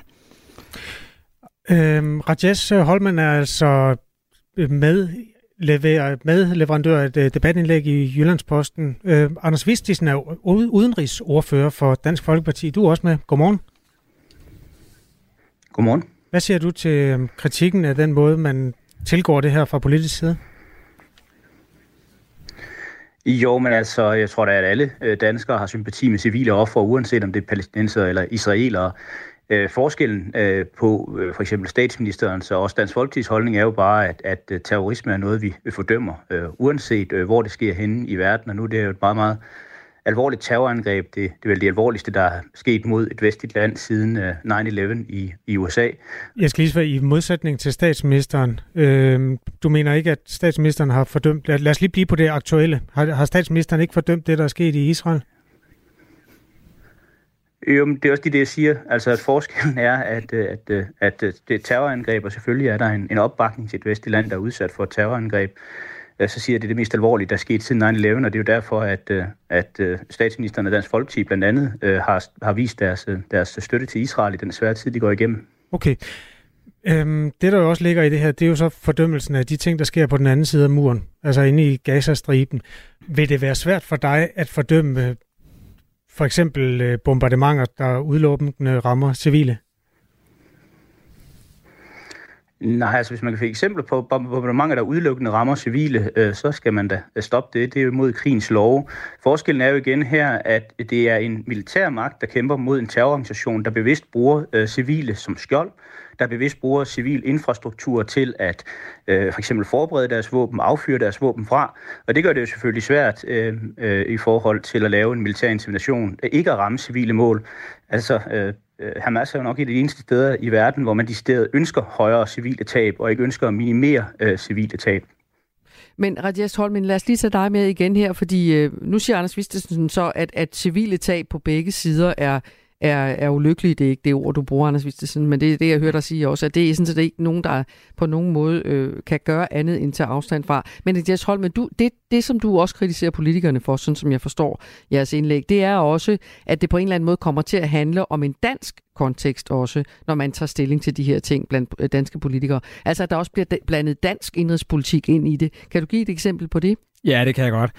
Rajesh Holmen er altså medleverandør af et debatindlæg i Jyllandsposten. Anders Vistisen er udenrigsordfører for Dansk Folkeparti. Du er også med. Godmorgen. Godmorgen. Hvad siger du til kritikken af den måde, man tilgår det her fra politisk side? Jo, men altså, jeg tror da, at alle danskere har sympati med civile ofre, uanset om det er palæstinensere eller israelere. Forskellen på for eksempel statsministerens og også Dansk Folkepartis holdning er jo bare, at terrorisme er noget, vi fordømmer, uanset hvor det sker henne i verden. Og nu det er jo et meget, meget alvorligt terrorangreb. Det er vel det alvorligste, der er sket mod et vestligt land siden 9/11 i USA. Jeg skal lige svare i modsætning til statsministeren. Du mener ikke, at statsministeren har fordømt... Lad os lige blive på det aktuelle. Har statsministeren ikke fordømt det, der er sket i Israel? Jo, men det er også det, jeg siger. Altså, at forskellen er, at det er terrorangreb, og selvfølgelig er der en opbakning til et vestligt land, der er udsat for et terrorangreb. Så siger jeg, at det er det mest alvorlige, der er sket siden 9/11, og det er jo derfor, at statsministeren og Dansk Folkeparti blandt andet har vist deres støtte til Israel i den svære tid, de går igennem. Okay. Det, der jo også ligger i det her, det er jo så fordømmelsen af de ting, der sker på den anden side af muren, altså inde i Gazastriben. Vil det være svært for dig at fordømme for eksempel bombardementer, der udelukkende rammer civile? Nej, altså hvis man kan få eksempler på bombardementer, der udelukkende rammer civile, så skal man da stoppe det. Det er jo imod krigens love. Forskellen er jo igen her, at det er en militærmagt, der kæmper mod en terrororganisation, der bevidst bruger civile som skjold, der bevidst bruger civil infrastruktur til at for eksempel forberede deres våben, affyre deres våben fra. Og det gør det jo selvfølgelig svært i forhold til at lave en militær intervention, ikke at ramme civile mål. Altså Hamas er jo nok et af de eneste steder i verden, hvor man decideret ønsker højere civile tab, og ikke ønsker at minimere civile tab. Men Rajesh Holmen, lad os lige tage dig med igen her, fordi nu siger Anders Vistisen så, at civile tab på begge sider er ulykkelige. Det er ikke det ord, du bruger, Anders Vistisen, men det er det, jeg hørte dig sige også, at det er sådan set ikke nogen, der på nogen måde kan gøre andet end tage afstand fra. Men Rajesh Holmen, det som du også kritiserer politikerne for, sådan som jeg forstår jeres indlæg, det er også, at det på en eller anden måde kommer til at handle om en dansk kontekst også, når man tager stilling til de her ting blandt danske politikere. Altså, at der også bliver blandet dansk indrigspolitik ind i det. Kan du give et eksempel på det? Ja, det kan jeg godt.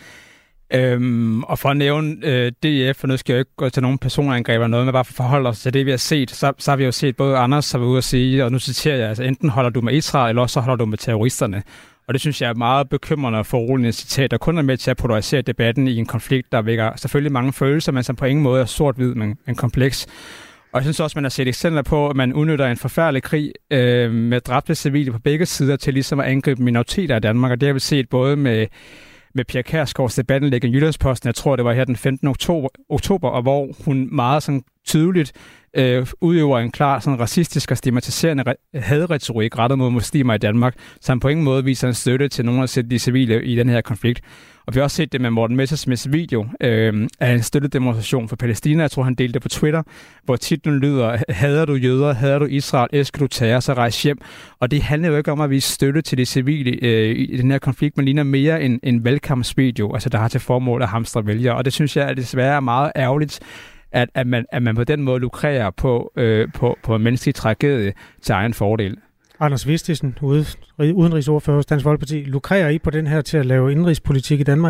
Og for at nævne DF, for nu skal jeg ikke gå til nogen personangreb eller noget, men bare for at forholde os til det, vi har set, så har vi jo set både Anders, der var ude at sige, og nu citerer jeg, altså enten holder du med Israel, eller også holder du med terroristerne. Og det synes jeg er meget bekymrende og foruroligende citat, der kun er med til at polarisere debatten i en konflikt, der vækker selvfølgelig mange følelser, men som på ingen måde er sort-hvid, men kompleks. Og jeg synes også, man har set eksempler på, at man udnytter en forfærdelig krig med dræbte civile på begge sider til ligesom at angribe minoriteter i Danmark, og det har vi set både med Pia Kjærsgaards debatindlæg i Jyllandsposten, jeg tror, det var her den 15. oktober, og hvor hun meget sådan tydeligt udøver en klar sådan racistisk og stigmatiserende hadretorik rettet mod muslimer i Danmark, som på ingen måde viser en støtte til nogen af de civile i den her konflikt. Og vi har også set det med Morten Messerschmidts video af en støttedemonstration for Palæstina. Jeg tror, han delte det på Twitter, hvor titlen lyder: hader du jøder, hader du Israel, elsker du terror, så rejs hjem. Og det handler jo ikke om at vise støtte til de civile i den her konflikt, men ligner mere en valgkampsvideo, altså der har til formål at hamstre vælgere. Og det synes jeg er desværre meget ærgerligt, at man på den måde lukrerer på en menneskelig tragedie til egen fordel. Anders Vistisen, udenrigsordfører hos Dansk Folkeparti. Lukrerer I på den her til at lave indrigspolitik i Danmark?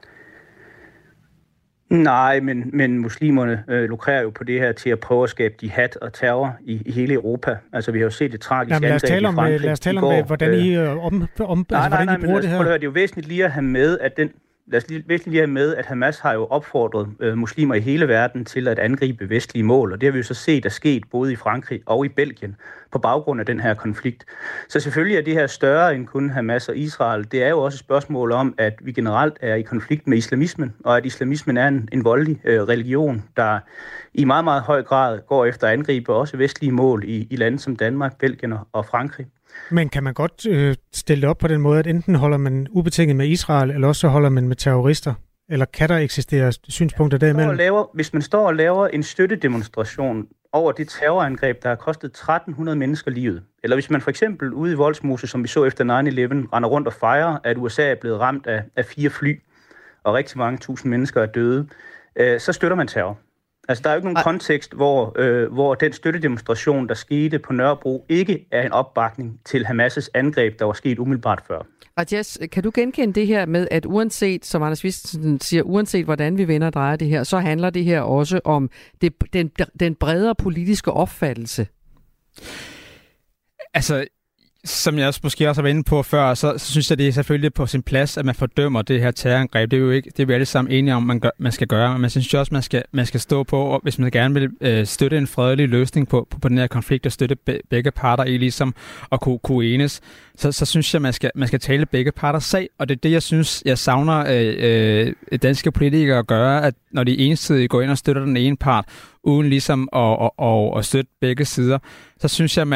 Nej, men muslimerne lukrerer jo på det her til at prøve at skabe jihad og terror i hele Europa. Altså, vi har jo set et tragisk angreb i Frankrig. Lad os tale om, hvordan I hvordan I bruger det her. Det er jo væsentligt lige at have med, at Hamas har jo opfordret muslimer i hele verden til at angribe vestlige mål, og det har vi jo så set er sket både i Frankrig og i Belgien på baggrund af den her konflikt. Så selvfølgelig er det her større end kun Hamas og Israel. Det er jo også et spørgsmål om, at vi generelt er i konflikt med islamismen, og at islamismen er en voldelig religion, der i meget, meget høj grad går efter at angribe også vestlige mål i lande som Danmark, Belgien og Frankrig. Men kan man godt stille det op på den måde, at enten holder man ubetinget med Israel, eller også holder man med terrorister? Eller kan der eksistere synspunkter derimellem? Hvis man står og laver en støttedemonstration over det terrorangreb, der har kostet 1300 mennesker livet, eller hvis man for eksempel ude i Vollsmose, som vi så efter 9/11, render rundt og fejrer, at USA er blevet ramt af 4 fly, og rigtig mange tusind mennesker er døde, så støtter man terror. Altså, der er jo ikke nogen kontekst, hvor den støttedemonstration, der skete på Nørrebro, ikke er en opbakning til Hamas' angreb, der var sket umiddelbart før. Rajesh, kan du genkende det her med, at uanset, som Anders Vistisen siger, uanset hvordan vi vender og drejer det her, så handler det her også om den bredere politiske opfattelse? Altså, som jeg måske også har været inde på før, så synes jeg, det er selvfølgelig på sin plads, at man fordømmer det her terrorangreb. Det er jo ikke, det er vi alle sammen enige om, man skal gøre. Men jeg synes også, man skal stå på, og hvis man gerne vil støtte en fredelig løsning på den her konflikt, og støtte begge parter i ligesom at kunne enes, så synes jeg, man skal tale begge parters sag. Og det er det, jeg synes, jeg savner danske politikere at gøre, at når de ensidigt går ind og støtter den ene part, uden ligesom at støtte begge sider, så synes jeg,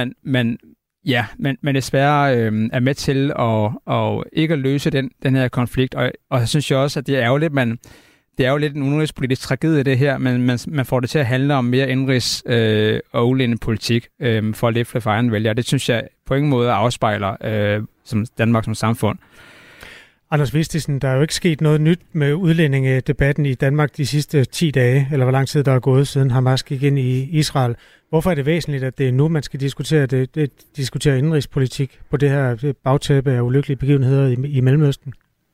man desværre er med til at ikke at løse den her konflikt. Og jeg synes jo også, at det er ærgerligt, det er jo lidt en udenrigspolitisk tragedie det her, men man får det til at handle om mere indrigs- og udlændingepolitik for at løfte for egen vælger. Det synes jeg på ingen måde afspejler som Danmark som samfund. Anders Vistisen, der er jo ikke sket noget nyt med udlændingedebatten i Danmark de sidste 10 dage, eller hvor lang tid der er gået, siden Hamas gik ind i Israel. Hvorfor er det væsentligt, at det er nu, man skal diskutere indrigspolitik på det her bagtæppe af ulykkelige begivenheder i Mellemøsten?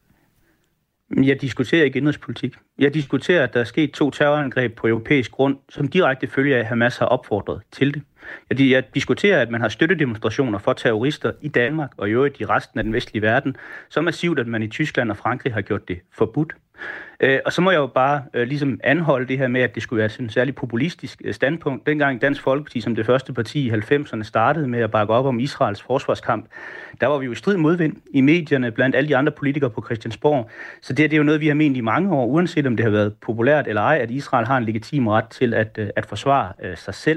Jeg diskuterer ikke indrigspolitik. Jeg diskuterer, at der er sket 2 terrorangreb på europæisk grund, som direkte følger af, at Hamas har opfordret til det. Jeg diskuterer, at man har støttedemonstrationer for terrorister i Danmark og i øvrigt i resten af den vestlige verden, så massivt, at man i Tyskland og Frankrig har gjort det forbudt. Og så må jeg jo bare ligesom anholde det her med, at det skulle være sådan et særligt populistisk standpunkt. Dengang Dansk Folkeparti som det første parti i 90'erne startede med at bakke op om Israels forsvarskamp, der var vi jo i strid modvind i medierne blandt alle de andre politikere på Christiansborg. Så det er jo noget, vi har ment i mange år, uanset om det har været populært eller ej, at Israel har en legitim ret til at forsvare sig selv.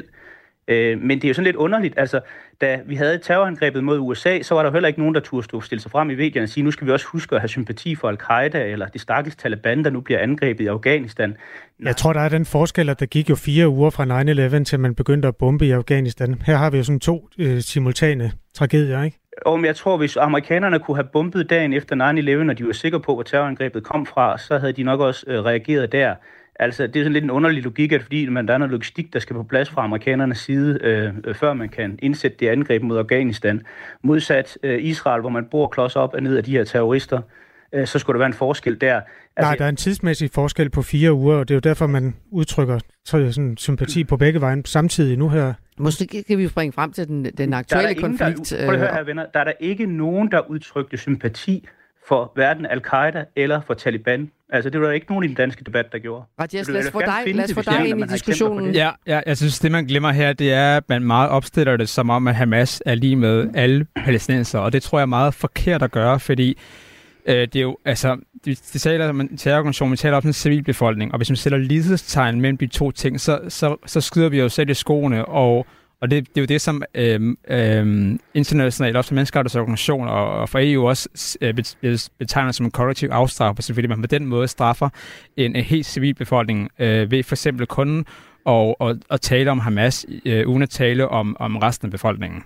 Men det er jo sådan lidt underligt, altså da vi havde terrorangrebet mod USA, så var der heller ikke nogen, der turde stille sig frem i medierne og sige, nu skal vi også huske at have sympati for Al-Qaida eller det stakkels Taliban, der nu bliver angrebet i Afghanistan. Nej. Jeg tror, der er den forskel, at der gik jo 4 uger fra 9/11 til man begyndte at bombe i Afghanistan. Her har vi jo sådan 2 simultane tragedier, ikke? Men jeg tror, hvis amerikanerne kunne have bombet dagen efter 9/11, og de var sikre på, hvor terrorangrebet kom fra, så havde de nok også reageret der. Altså, det er sådan lidt en underlig logik, at fordi der er noget logistik, der skal på plads fra amerikanernes side, før man kan indsætte det angreb mod Afghanistan. Modsat Israel, hvor man bor klods op og ned af de her terrorister, så skulle der være en forskel der. Altså, nej, der er en tidsmæssig forskel på 4 uger, og det er jo derfor, man udtrykker sådan sympati på begge veje samtidig nu her. Måske kan vi springe frem til den aktuelle konflikt. Prøv at høre her, venner. Der er der ikke nogen, der udtrykte sympati for hverken Al-Qaida eller for Taliban. Altså, det var der ikke nogen i den danske debat, der gjorde. Rajesh, lad os få dig ind i diskussionen. Ja, jeg synes, det man glemmer her, det er, at man meget opstiller det som om, at Hamas er lige med alle palæstinenser, og det tror jeg er meget forkert at gøre, fordi det er jo, altså, de taler om en terrororganisation, vi taler om en civilbefolkning, og hvis man sætter lighedstegn mellem de 2 ting, så skyder vi jo selv i skoene, og det er jo det, som internationalt, også menneskerettighedsorganisationer og for EU også betegner som en kollektiv afstraffelse, fordi man på den måde straffer en helt civilbefolkning ved for eksempel kun at tale om Hamas, uden at tale om resten af befolkningen.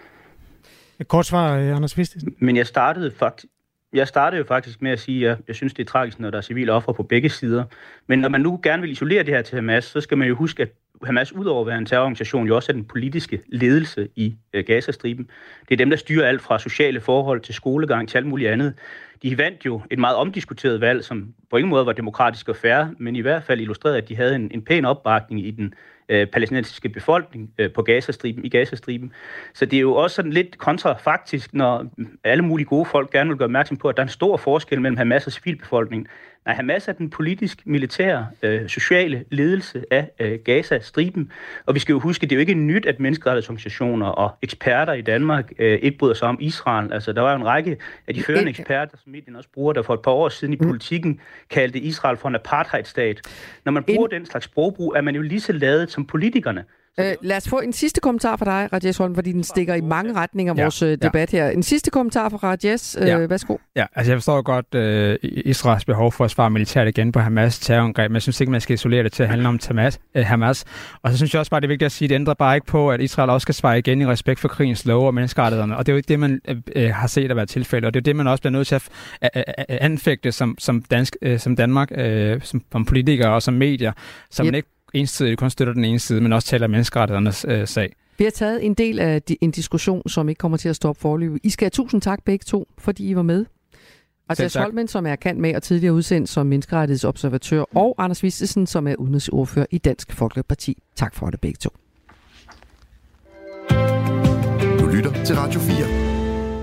Et kort svar, Anders Vistisen. Men jeg startede jo faktisk med at sige, at jeg synes, det er tragisk, når der er civile ofre på begge sider. Men når man nu gerne vil isolere det her til Hamas, så skal man jo huske, at Hamas udover at være en terrororganisation jo også er den politiske ledelse i Gazastriben. Det er dem, der styrer alt fra sociale forhold til skolegang til alt muligt andet. De vandt jo et meget omdiskuteret valg, som på ingen måde var demokratisk og fair, men i hvert fald illustrerede, at de havde en pæn opbakning i den palæstinensiske befolkning på Gazastriben. Så det er jo også sådan lidt kontrafaktisk, når alle mulige gode folk gerne vil gøre opmærksom på, at der er en stor forskel mellem Hamas og civilbefolkningen. Nej, Hamas er den politisk-militære, sociale ledelse af Gazastriben. Og vi skal jo huske, det er jo ikke nyt, at menneskerettighedsorganisationer og eksperter i Danmark ikke bryder sig om Israel. Altså, der var jo en række af de førende eksperter, som medierne også bruger, der for et par år siden i politikken kaldte Israel for en apartheidstat. Når man bruger den slags sprogbrug, er man jo lige så ladet som politikerne. Lad os få en sidste kommentar fra dig, Rajesh Holm, fordi den stikker i mange retninger vores debat her. En sidste kommentar fra Rajesh. Værsgo. Ja, altså jeg forstår godt Israels behov for at svare militært igen på Hamas terrorangreb, men jeg synes ikke, man skal isolere det til at handle om Hamas. Og så synes jeg også bare, det er vigtigt at sige, at det ændrer bare ikke på, at Israel også skal svare igen i respekt for krigens love og menneskerettighederne. Og det er jo ikke det, man har set at være tilfælde, og det er det, man også bliver nødt til at anfægte som Danmark, som politikere og som medier, som man ikke ensidigt kun støtter den ene side, men også taler menneskerettighedernes sag. Vi har taget en del af en diskussion, som ikke kommer til at stoppe forløbet. I skal have 1000 tak begge to, fordi I var med. Rajesh Holm, som er kendt med og tidligere udsendt som menneskerettighedsobservatør, og Anders Vistisen, som er udenrigsordfører i Dansk Folkeparti. Tak for det begge to. Du lytter til Radio 4.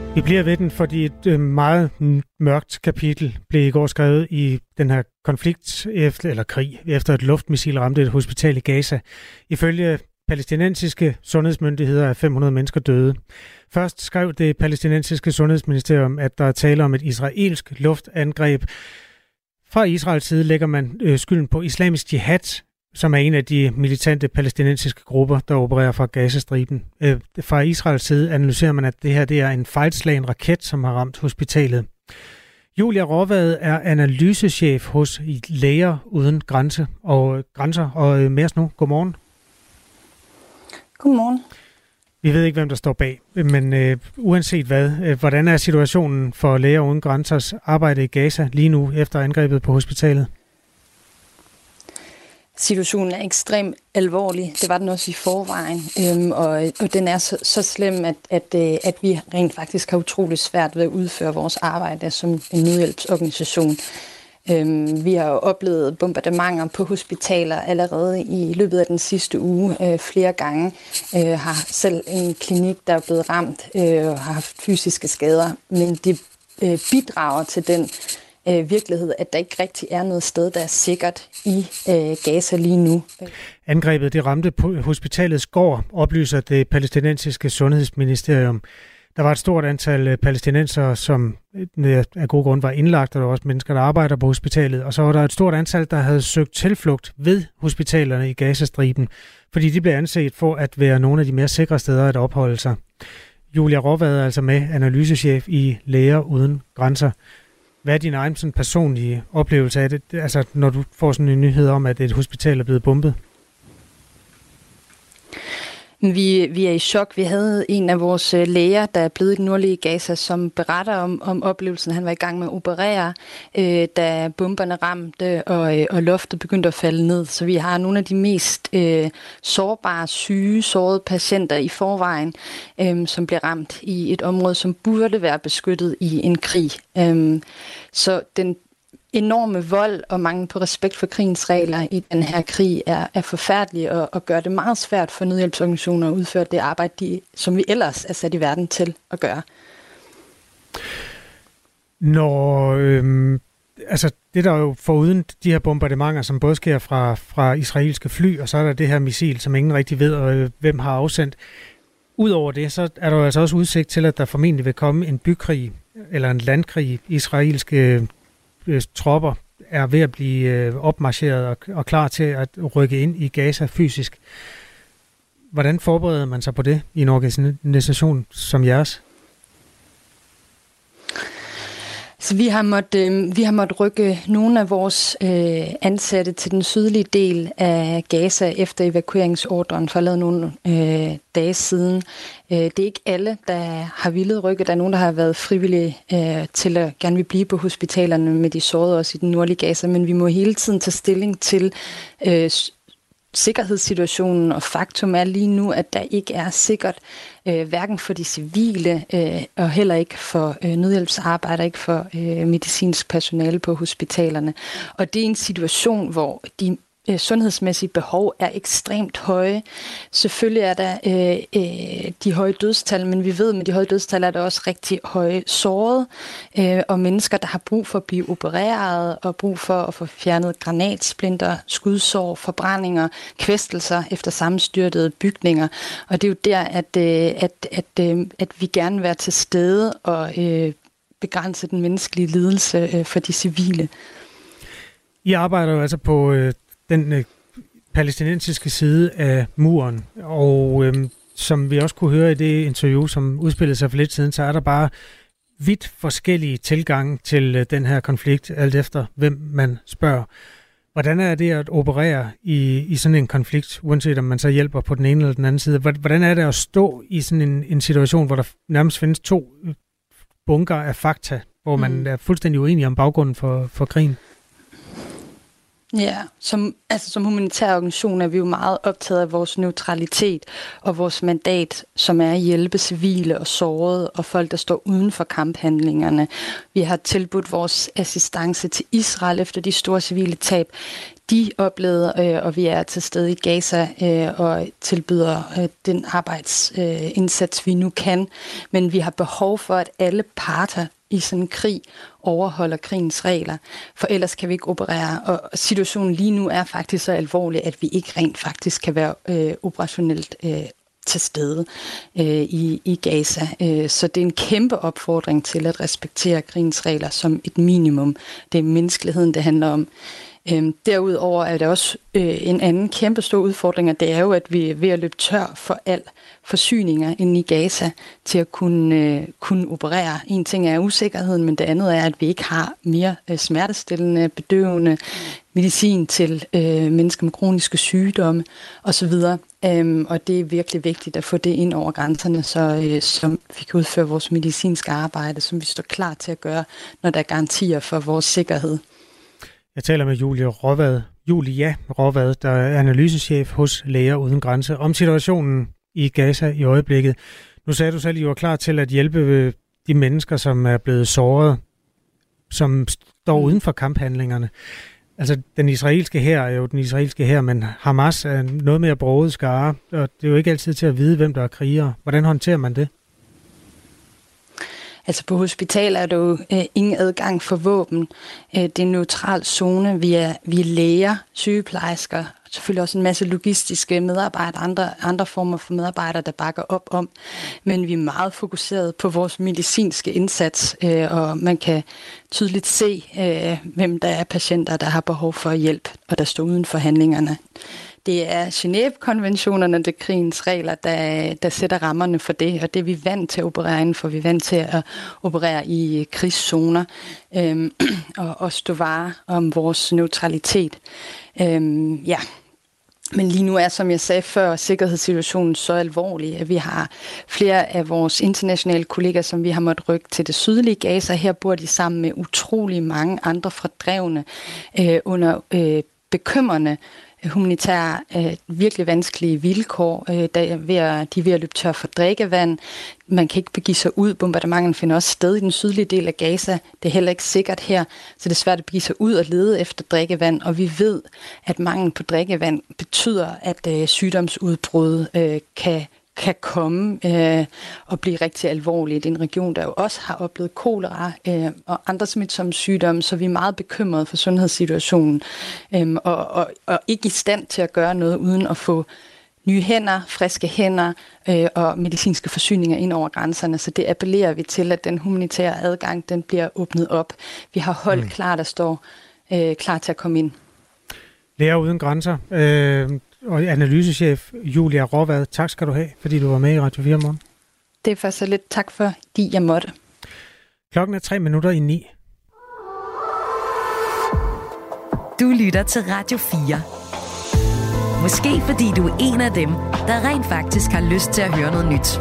Vi bliver ved den, fordi et meget mørkt kapitel blev i går skrevet i den her konflikt krig efter et luftmissil ramte et hospital i Gaza. Ifølge palæstinensiske sundhedsmyndigheder er 500 mennesker døde. Først skrev det palæstinensiske sundhedsministerium, at der er tale om et israelsk luftangreb. Fra Israels side lægger man skylden på Islamisk Jihad, som er en af de militante palæstinensiske grupper, der opererer fra Gazastriben. Fra Israels side analyserer man, at det her det er en fejlslagen raket, som har ramt hospitalet. Julia Råvad er analysechef hos Læger Uden Grænser. Og med os nu, godmorgen. Godmorgen. Vi ved ikke, hvem der står bag, men uanset hvad, hvordan er situationen for Læger Uden Grænsers arbejde i Gaza lige nu efter angrebet på hospitalet? Situationen er ekstremt alvorlig. Det var den også i forvejen, og den er så slem, at vi rent faktisk har utroligt svært ved at udføre vores arbejde som en nødhjælpsorganisation. Vi har jo oplevet bombardementer på hospitaler allerede i løbet af den sidste uge flere gange. Har selv en klinik, der er blevet ramt og har haft fysiske skader, men det bidrager til den virkelighed, at der ikke rigtig er noget sted, der er sikkert i Gaza lige nu. Angrebet det ramte på hospitalets gård, oplyser det palæstinensiske sundhedsministerium. Der var et stort antal palæstinensere, som af god grund var indlagt, og der var også mennesker, der arbejder på hospitalet. Og så var der et stort antal, der havde søgt tilflugt ved hospitalerne i Gazastriben, fordi de blev anset for at være nogle af de mere sikre steder at opholde sig. Julia Råvad er altså med, analysechef i Læger Uden Grænser. Hvad er din egen sådan personlige oplevelse af det, altså når du får sådan en nyhed om, at et hospital er blevet bombet? Vi er i chok. Vi havde en af vores læger, der er blevet i den nordlige Gaza, som beretter om oplevelsen. Han var i gang med at operere, da bomberne ramte, og loftet begyndte at falde ned. Så vi har nogle af de mest sårbare, sårede patienter i forvejen, som bliver ramt i et område, som burde være beskyttet i en krig. Så den enorme vold og mangel på respekt for krigens regler i den her krig er forfærdelig og gør det meget svært for nødhjælpsorganisationer at udføre det arbejde, som vi ellers er sat i verden til at gøre. Når det der jo foruden de her bombardementer, som både sker fra israelske fly, og så er der det her missil, som ingen rigtig ved, hvem har afsendt. Udover det, så er der jo altså også udsigt til, at der formentlig vil komme en bykrig eller en landkrig. Israelske tropper er ved at blive opmarcheret og klar til at rykke ind i Gaza fysisk. Hvordan forbereder man sig på det i en organisation som jeres? Så vi har måttet rykke nogle af vores ansatte til den sydlige del af Gaza efter evakueringsordren for lavet nogle dage siden. Det er ikke alle, der har villet rykke. Der er nogen, der har været frivillige til at gerne vil blive på hospitalerne med de sårede også i den nordlige Gaza, men vi må hele tiden tage stilling til sikkerhedssituationen, og faktum er lige nu, at der ikke er sikkert, hverken for de civile og heller ikke for nødhjælpsarbejdere, ikke for medicinsk personale på hospitalerne. Og det er en situation, hvor de sundhedsmæssige behov er ekstremt høje. Selvfølgelig er der de høje dødstal, men vi ved, at med de høje dødstal er der også rigtig høje sårede og mennesker, der har brug for at blive opereret og brug for at få fjernet granatsplinter, skudsår, forbrændinger, kvæstelser efter sammenstyrtede bygninger. Og det er jo der, at vi gerne vil være til stede og begrænse den menneskelige lidelse for de civile. I arbejder jo altså på den palæstinensiske side af muren, og som vi også kunne høre i det interview, som udspillede sig for lidt siden, så er der bare vidt forskellige tilgange til den her konflikt, alt efter hvem man spørger. Hvordan er det at operere i sådan en konflikt, uanset om man så hjælper på den ene eller den anden side? Hvordan er det at stå i sådan en situation, hvor der nærmest findes to bunker af fakta, hvor man er fuldstændig uenig om baggrunden for krigen? Ja, som humanitær organisation er vi jo meget optaget af vores neutralitet og vores mandat, som er at hjælpe civile og sårede og folk, der står uden for kamphandlingerne. Vi har tilbudt vores assistance til Israel efter de store civile tab. de oplevede, og vi er til stede i Gaza og tilbyder den arbejdsindsats, vi nu kan. Men vi har behov for, at alle parter i sådan en krig overholder krigens regler, for ellers kan vi ikke operere. Og situationen lige nu er faktisk så alvorlig, at vi ikke rent faktisk kan være operationelt til stede i Gaza. Så det er en kæmpe opfordring til at respektere krigens regler som et minimum. Det er menneskeligheden, det handler om. Derudover er det også en anden kæmpe stor udfordring, og det er jo, at vi er ved at løbe tør for al forsyninger inde i Gaza til at kunne operere. En ting er usikkerheden, men det andet er, at vi ikke har mere smertestillende, bedøvende medicin til mennesker med kroniske sygdomme osv. Og det er virkelig vigtigt at få det ind over grænserne, så vi kan udføre vores medicinske arbejde, som vi står klar til at gøre, når der er garantier for vores sikkerhed. Jeg taler med Julia Råvad, der er analysechef hos Læger Uden Grænser, om situationen i Gaza i øjeblikket. Nu sagde du selv, at I var klar til at hjælpe de mennesker, som er blevet såret, som står uden for kamphandlingerne. Altså, den israelske hær er jo den israelske hær, men Hamas er noget mere broget skare, og det er jo ikke altid til at vide, hvem der er krigere. Hvordan håndterer man det? Altså på hospitaler er der jo ingen adgang for våben. Det er en neutral zone. Vi er læger, sygeplejersker, selvfølgelig også en masse logistiske medarbejdere, andre former for medarbejdere, der bakker op om. Men vi er meget fokuseret på vores medicinske indsats, og man kan tydeligt se, hvem der er patienter, der har behov for hjælp, og der står uden for handlingerne. Det er Genève-konventionerne, det er krigens regler, der sætter rammerne for det, og det er vi vant til at operere inden for. Vi er vant til at operere i krigszoner og stå vare om vores neutralitet. Ja. Men lige nu er, som jeg sagde før, sikkerhedssituationen så alvorlig, at vi har flere af vores internationale kolleger, som vi har måttet rykke til det sydlige Gaza. Her bor de sammen med utrolig mange andre fordrevne under bekymrende humanitære, virkelig vanskelige vilkår. De er ved at løbe tør for drikkevand. Man kan ikke begive sig ud. Bombardementerne finder også sted i den sydlige del af Gaza. Det er heller ikke sikkert her, så det er svært at begive sig ud og lede efter drikkevand. Og vi ved, at mangel på drikkevand betyder, at sygdomsudbrud kan komme og blive rigtig alvorlige. Det er en region, der jo også har oplevet kolera og andre smitsomme sygdomme, så vi er meget bekymrede for sundhedssituationen og ikke i stand til at gøre noget uden at få nye hænder, friske hænder og medicinske forsyninger ind over grænserne. Så det appellerer vi til, at den humanitære adgang den bliver åbnet op. Vi har hold klar, der står klar til at komme ind. Læger Uden Grænser og analysechef Julia Råvad, tak skal du have, fordi du var med i Radio 4 morgen. Det er først så lidt. Tak fordi jeg måtte. Klokken er 9:03. Du lytter til Radio 4. Måske fordi du er en af dem, der rent faktisk har lyst til at høre noget nyt.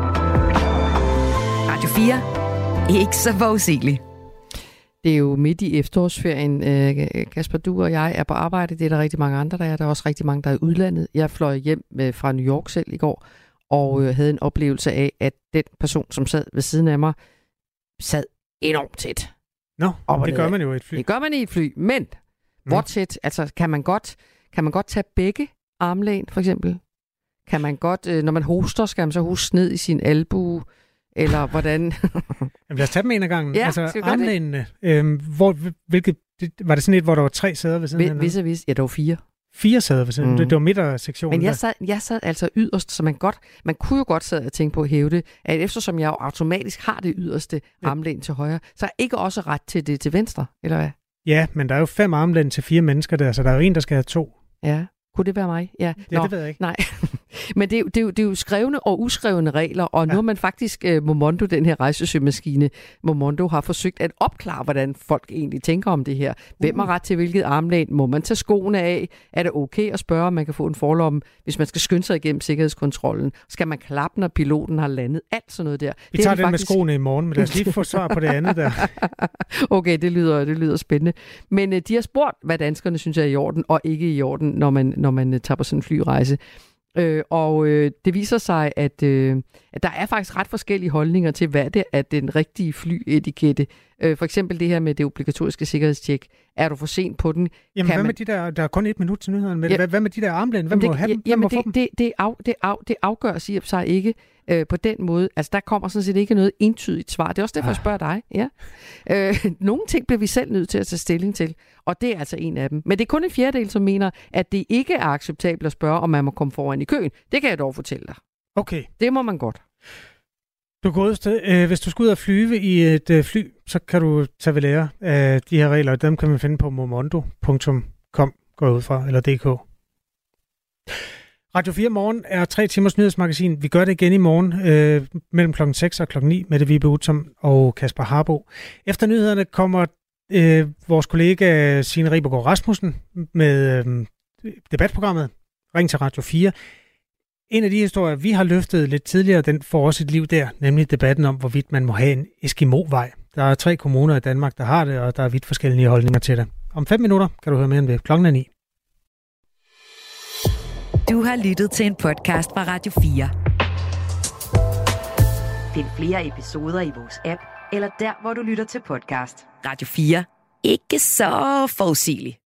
Radio 4. Ikke så forudsigeligt. Det er jo midt i efterårsferien. Kasper, du og jeg er på arbejde. Det er der rigtig mange andre, der er. Der er også rigtig mange, der er i udlandet. Jeg fløj hjem fra New York selv i går, og havde en oplevelse af, at den person, som sad ved siden af mig, sad enormt tæt. Nå, det gør man jo i et fly. Det gør man i et fly, men hvor tæt? Altså, kan man godt tage begge armlæn, for eksempel? Kan man godt, når man hoster, skal man så hoste ned i sin albue? Eller hvordan? Jamen, lad os tage dem en af gangen. Ja, altså armlænene. Var det sådan et, hvor der var 3 sæder ved siden af? Vis. Ja, der var 4. 4 sæder ved siden. Det var midtersektionen. Men jeg sad altså yderst, så man kunne jo godt sidde og tænke på at hæve det, at eftersom jeg jo automatisk har det yderste armlæn til højre, så er jeg ikke også ret til det til venstre, eller hvad? Ja, men der er jo 5 armlæn til 4 mennesker der, så der er jo en, der skal have 2. Ja. Kunne det være mig? Ja, det ved jeg ikke. Nej, men det er jo skrevne og uskrevne regler, og nu har man faktisk, Momondo, den her rejsesøgmaskine, Momondo har forsøgt at opklare, hvordan folk egentlig tænker om det her. Hvem har ret til hvilket armlæn? Må man tage skoene af? Er det okay at spørge, om man kan få en forlomme, hvis man skal skynde sig igennem sikkerhedskontrollen? Skal man klappe, når piloten har landet? Alt sådan noget der. Vi tager den med skoene i morgen, men lad os lige få svar på det andet der. Okay, det lyder spændende. Men de har spurgt, hvad danskerne synes er i orden og ikke i orden, når man tager på sådan en flyrejse. Det viser sig, at der er faktisk ret forskellige holdninger til, hvad det er den rigtige flyetikette. For eksempel det her med det obligatoriske sikkerhedstjek. Er du for sent på den? Jamen, hvad med de der er kun 1 minut til nyhederne. Ja. Hvad med de der armblænd? Hvem må have dem? Hvem må få dem? Det afgøres i sig ikke på den måde. Altså, der kommer sådan set ikke noget entydigt svar. Det er også derfor, jeg spørger dig. Ja. Nogle ting bliver vi selv nødt til at tage stilling til, og det er altså en af dem. Men det er kun 1/4, som mener, at det ikke er acceptabelt at spørge, om man må komme foran i køen. Det kan jeg dog fortælle dig. Okay. Det må man godt. Du Godeste, hvis du skal ud og flyve i et fly, så kan du tage ved lære af de her regler, og dem kan man finde på momondo.com, går ud fra, eller DK. Radio 4 Morgen er 3 timers nyhedsmagasin. Vi gør det igen i morgen mellem klokken 6 og klokken 9 med det Vibe Utzon og Kasper Harbo. Efter nyhederne kommer vores kollega Signe Ribergaard Rasmussen med debatprogrammet Ring til Radio 4. En af de historier, vi har løftet lidt tidligere, den får også et liv der, nemlig debatten om, hvorvidt man må have en Eskimo-vej. Der er 3 kommuner i Danmark, der har det, og der er vidt forskellige holdninger til det. Om 5 minutter kan du høre mere om det. Klokken er 9. Du har lyttet til en podcast fra Radio 4. Find flere episoder i vores app, eller der, hvor du lytter til podcast. Radio 4. Ikke så forudsigeligt.